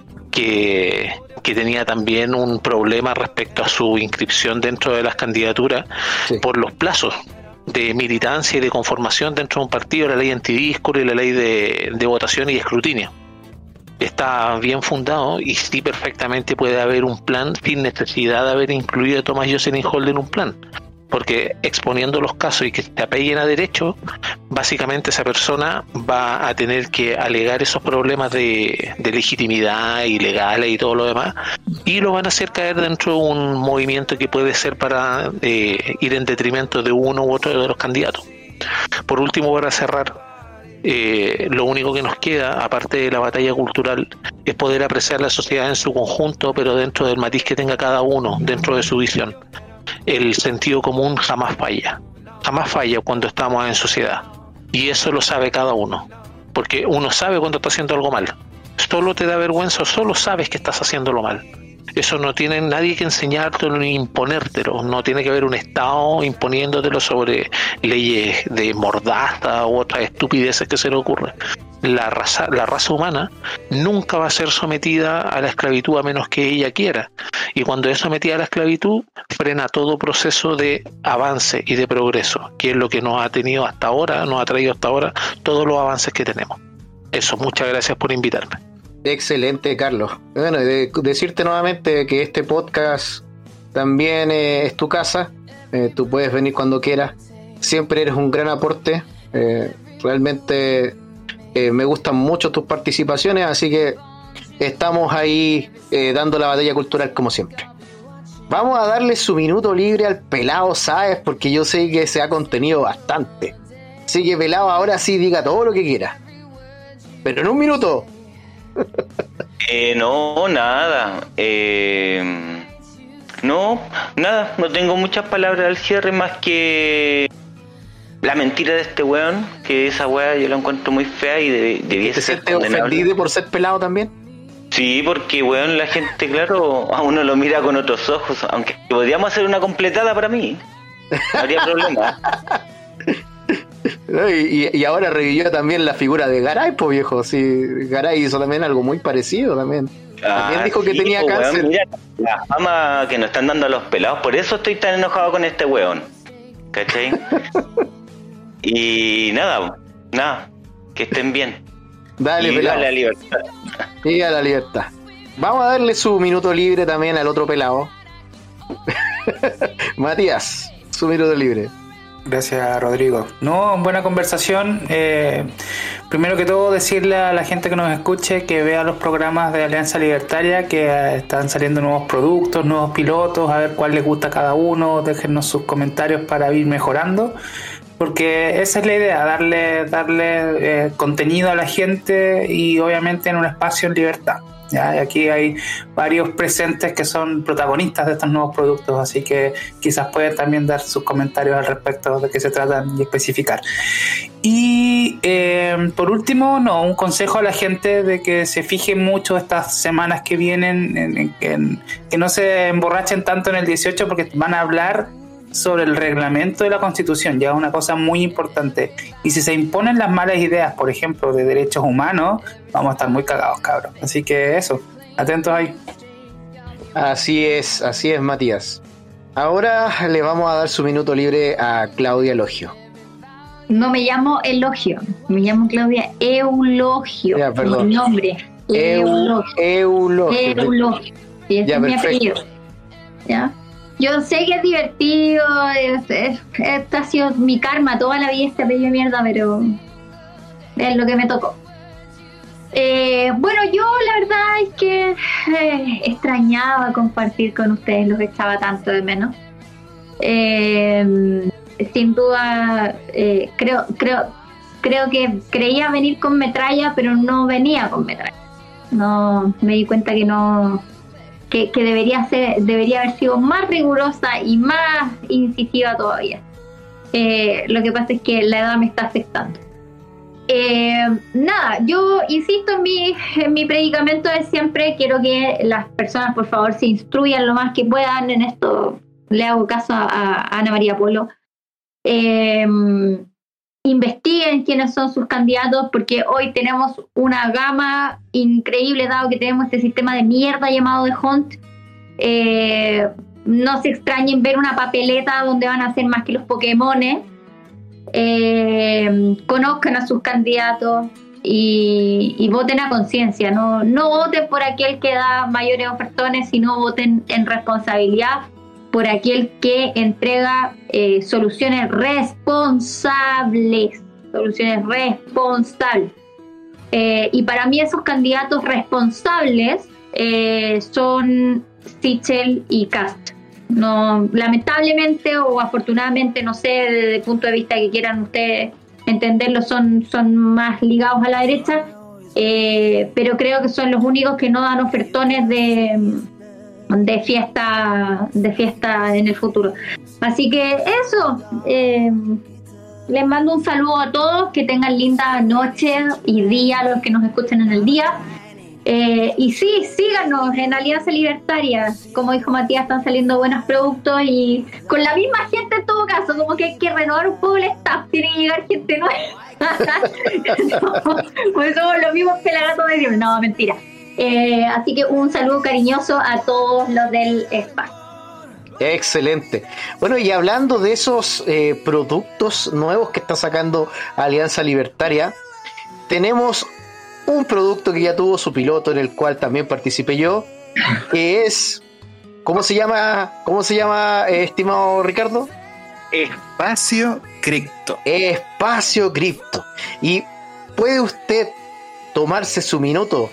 Speaker 3: que, que tenía también un problema respecto a su inscripción dentro de las candidaturas, sí, por los plazos de militancia y de conformación dentro de un partido, la ley antidiscurso y la ley de, de votación y escrutinio. Está bien fundado y sí, perfectamente puede haber un plan sin necesidad de haber incluido a Tomás Jocelyn Holt en un plan, porque exponiendo los casos y que se apeguen a derecho, básicamente esa persona va a tener que alegar esos problemas de, de legitimidad ilegales y todo lo demás, y lo van a hacer caer dentro de un movimiento que puede ser para eh, ir en detrimento de uno u otro de los candidatos. Por último, para cerrar, Eh, lo único que nos queda, aparte de la batalla cultural, es poder apreciar la sociedad en su conjunto, pero dentro del matiz que tenga cada uno, dentro de su visión. El sentido común jamás falla, jamás falla cuando estamos en sociedad, y eso lo sabe cada uno, porque uno sabe cuando está haciendo algo mal. Solo te da vergüenza, solo sabes que estás haciéndolo mal. Eso no tiene nadie que enseñártelo ni imponértelo. No tiene que haber un Estado imponiéndotelo sobre leyes de mordaza u otras estupideces que se le ocurren. La raza, la raza humana nunca va a ser sometida a la esclavitud a menos que ella quiera. Y cuando es sometida a la esclavitud, frena todo proceso de avance y de progreso, que es lo que nos ha tenido hasta ahora, nos ha traído hasta ahora todos los avances que tenemos. Eso, muchas gracias por invitarme.
Speaker 1: Excelente, Carlos. Bueno, de, decirte nuevamente que este podcast también eh, es tu casa. Eh, tú puedes venir cuando quieras. Siempre eres un gran aporte. Eh, realmente eh, me gustan mucho tus participaciones, así que estamos ahí eh, dando la batalla cultural como siempre. Vamos a darle su minuto libre al Pelado Sáez, porque yo sé que se ha contenido bastante. Así que Pelado, ahora sí diga todo lo que quiera. Pero en un minuto.
Speaker 4: Eh, no, nada. Eh, no, nada. No tengo muchas palabras al cierre más que la mentira de este weón, que esa weá yo la encuentro muy fea y debe, debiese
Speaker 1: ¿Te
Speaker 4: ser
Speaker 1: sientes
Speaker 4: condenable.
Speaker 1: ofendido por ser pelado también?
Speaker 4: Sí, porque weón, la gente, claro, a uno lo mira con otros ojos, aunque podríamos hacer una completada para mí. No habría problema.
Speaker 1: No, y, y ahora revivió también la figura de Garay, pues viejo. Sí, Garay hizo también algo muy parecido también.
Speaker 4: Ah,
Speaker 1: También dijo que
Speaker 4: sí,
Speaker 1: tenía
Speaker 4: pues,
Speaker 1: cáncer.
Speaker 4: weón, mira la fama que nos están dando a los pelados, por eso estoy tan enojado con este weón. ¿Cachai? Y nada, nada, que estén bien.
Speaker 1: Dale,
Speaker 4: y viva
Speaker 1: pelado.
Speaker 4: la libertad.
Speaker 1: Viva la libertad. Vamos a darle su minuto libre también al otro pelado. Matías, su minuto libre.
Speaker 5: Gracias, Rodrigo. No, buena conversación. Eh, primero que todo, decirle a la gente que nos escuche que vea los programas de Alianza Libertaria, que eh, están saliendo nuevos productos, nuevos pilotos, a ver cuál les gusta a cada uno. Déjennos sus comentarios para ir mejorando, porque esa es la idea, darle, darle eh, contenido a la gente y obviamente en un espacio en libertad. ¿Ya? Y aquí hay varios presentes que son protagonistas de estos nuevos productos, así que quizás pueden también dar sus comentarios al respecto de qué se tratan y especificar. Y eh, por último, no, un consejo a la gente de que se fijen mucho estas semanas que vienen, en, en, en, que no se emborrachen tanto en el dieciocho, porque van a hablar sobre el reglamento de la Constitución, ya es una cosa muy importante. Y si se imponen las malas ideas, por ejemplo, de derechos humanos, vamos a estar muy cagados, cabros. Así que eso, atentos ahí.
Speaker 1: Así es, así es, Matías. Ahora le vamos a dar su minuto libre a Claudia Elogio.
Speaker 2: No me llamo Elogio, me llamo Claudia Eulogio.
Speaker 1: Ya, perdón.
Speaker 2: Mi nombre.
Speaker 1: Eu, Eulogio.
Speaker 2: Eulogio. Y ese
Speaker 1: Ya,
Speaker 2: es mi
Speaker 1: perfecto.
Speaker 2: apellido. ¿Ya? Yo sé que es divertido, es, es, este ha sido mi karma toda la vida, este apellido de mierda, pero es lo que me tocó. Eh, bueno, yo la verdad es que eh, extrañaba compartir con ustedes, los echaba tanto de menos. Eh, sin duda, eh, creo, creo, creo que creía venir con metralla, pero no venía con metralla. No, me di cuenta que no, que, que debería ser, debería haber sido más rigurosa y más incisiva todavía. Eh, lo que pasa es que la edad me está afectando. Eh, nada, yo insisto en mi, en mi predicamento de siempre. Quiero que las personas por favor se instruyan lo más que puedan en esto. Le hago caso a, a Ana María Polo. Eh, investiguen quiénes son sus candidatos, porque hoy tenemos una gama increíble, dado que tenemos este sistema de mierda llamado The Hunt. Eh, no se extrañen ver una papeleta donde van a ser más que los Pokémones. Eh, conozcan a sus candidatos y, y voten a conciencia. No, no voten por aquel que da mayores ofertones, sino voten en responsabilidad por aquel que entrega eh, soluciones responsables, soluciones responsables. Eh, y para mí esos candidatos responsables eh, son Sichel y Kast. No, lamentablemente o afortunadamente, no sé, desde el punto de vista que quieran ustedes entenderlo, son, son más ligados a la derecha, eh, pero creo que son los únicos que no dan ofertones de, de fiesta de fiesta en el futuro. Así que eso, eh, les mando un saludo a todos, que tengan linda noche y día, los que nos escuchen en el día. Eh, y sí, síganos en Alianza Libertaria. Como dijo Matías, están saliendo buenos productos y con la misma gente en todo caso, como que hay que renovar un poco el staff, tiene que llegar gente nueva. No, pues somos los mismos pelagatos de Dios. No, mentira. Eh, así que un saludo cariñoso a todos los del espacio.
Speaker 1: Excelente. Bueno, y hablando de esos eh, productos nuevos que está sacando Alianza Libertaria, tenemos un producto que ya tuvo su piloto, en el cual también participé yo, que es, ¿cómo se llama, cómo se llama, eh, estimado Ricardo?
Speaker 6: Espacio Cripto.
Speaker 1: Espacio Cripto. Y puede usted tomarse su minuto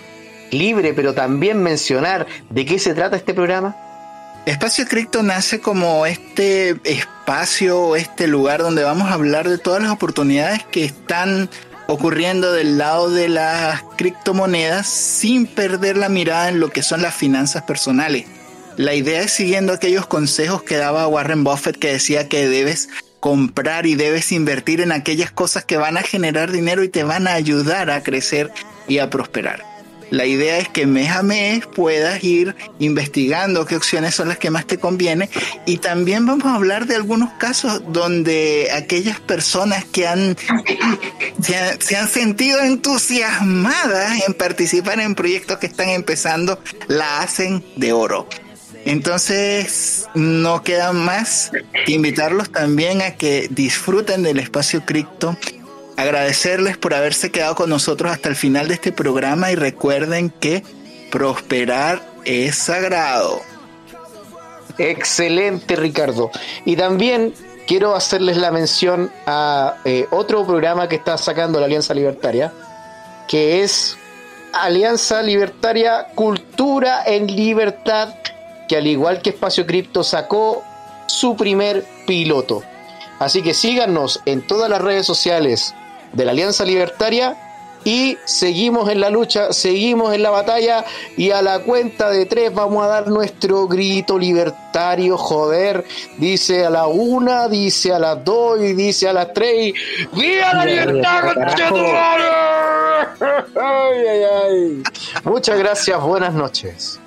Speaker 1: libre, pero también mencionar de qué se trata este programa?
Speaker 6: Espacio Cripto nace como este espacio, este lugar donde vamos a hablar de todas las oportunidades que están ocurriendo del lado de las criptomonedas sin perder la mirada en lo que son las finanzas personales. La idea es siguiendo aquellos consejos que daba Warren Buffett, que decía que debes comprar y debes invertir en aquellas cosas que van a generar dinero y te van a ayudar a crecer y a prosperar. La idea es que mes a mes puedas ir investigando qué opciones son las que más te conviene, y también vamos a hablar de algunos casos donde aquellas personas que han se, han se han sentido entusiasmadas en participar en proyectos que están empezando la hacen de oro. Entonces no queda más que invitarlos también a que disfruten del Espacio Cripto. Agradecerles por haberse quedado con nosotros hasta el final de este programa, y recuerden que prosperar es sagrado.
Speaker 1: Excelente, Ricardo. Y también quiero hacerles la mención a eh, otro programa que está sacando la Alianza Libertaria, que es Alianza Libertaria Cultura en Libertad, que al igual que Espacio Cripto sacó su primer piloto. Así que síganos en todas las redes sociales de la Alianza Libertaria y seguimos en la lucha, seguimos en la batalla, y a la cuenta de tres vamos a dar nuestro grito libertario, joder. Dice a la una, dice a las dos y dice a las tres. ¡Viva la libertad, conchetumare! Ay, ay, ay. Muchas gracias, buenas noches.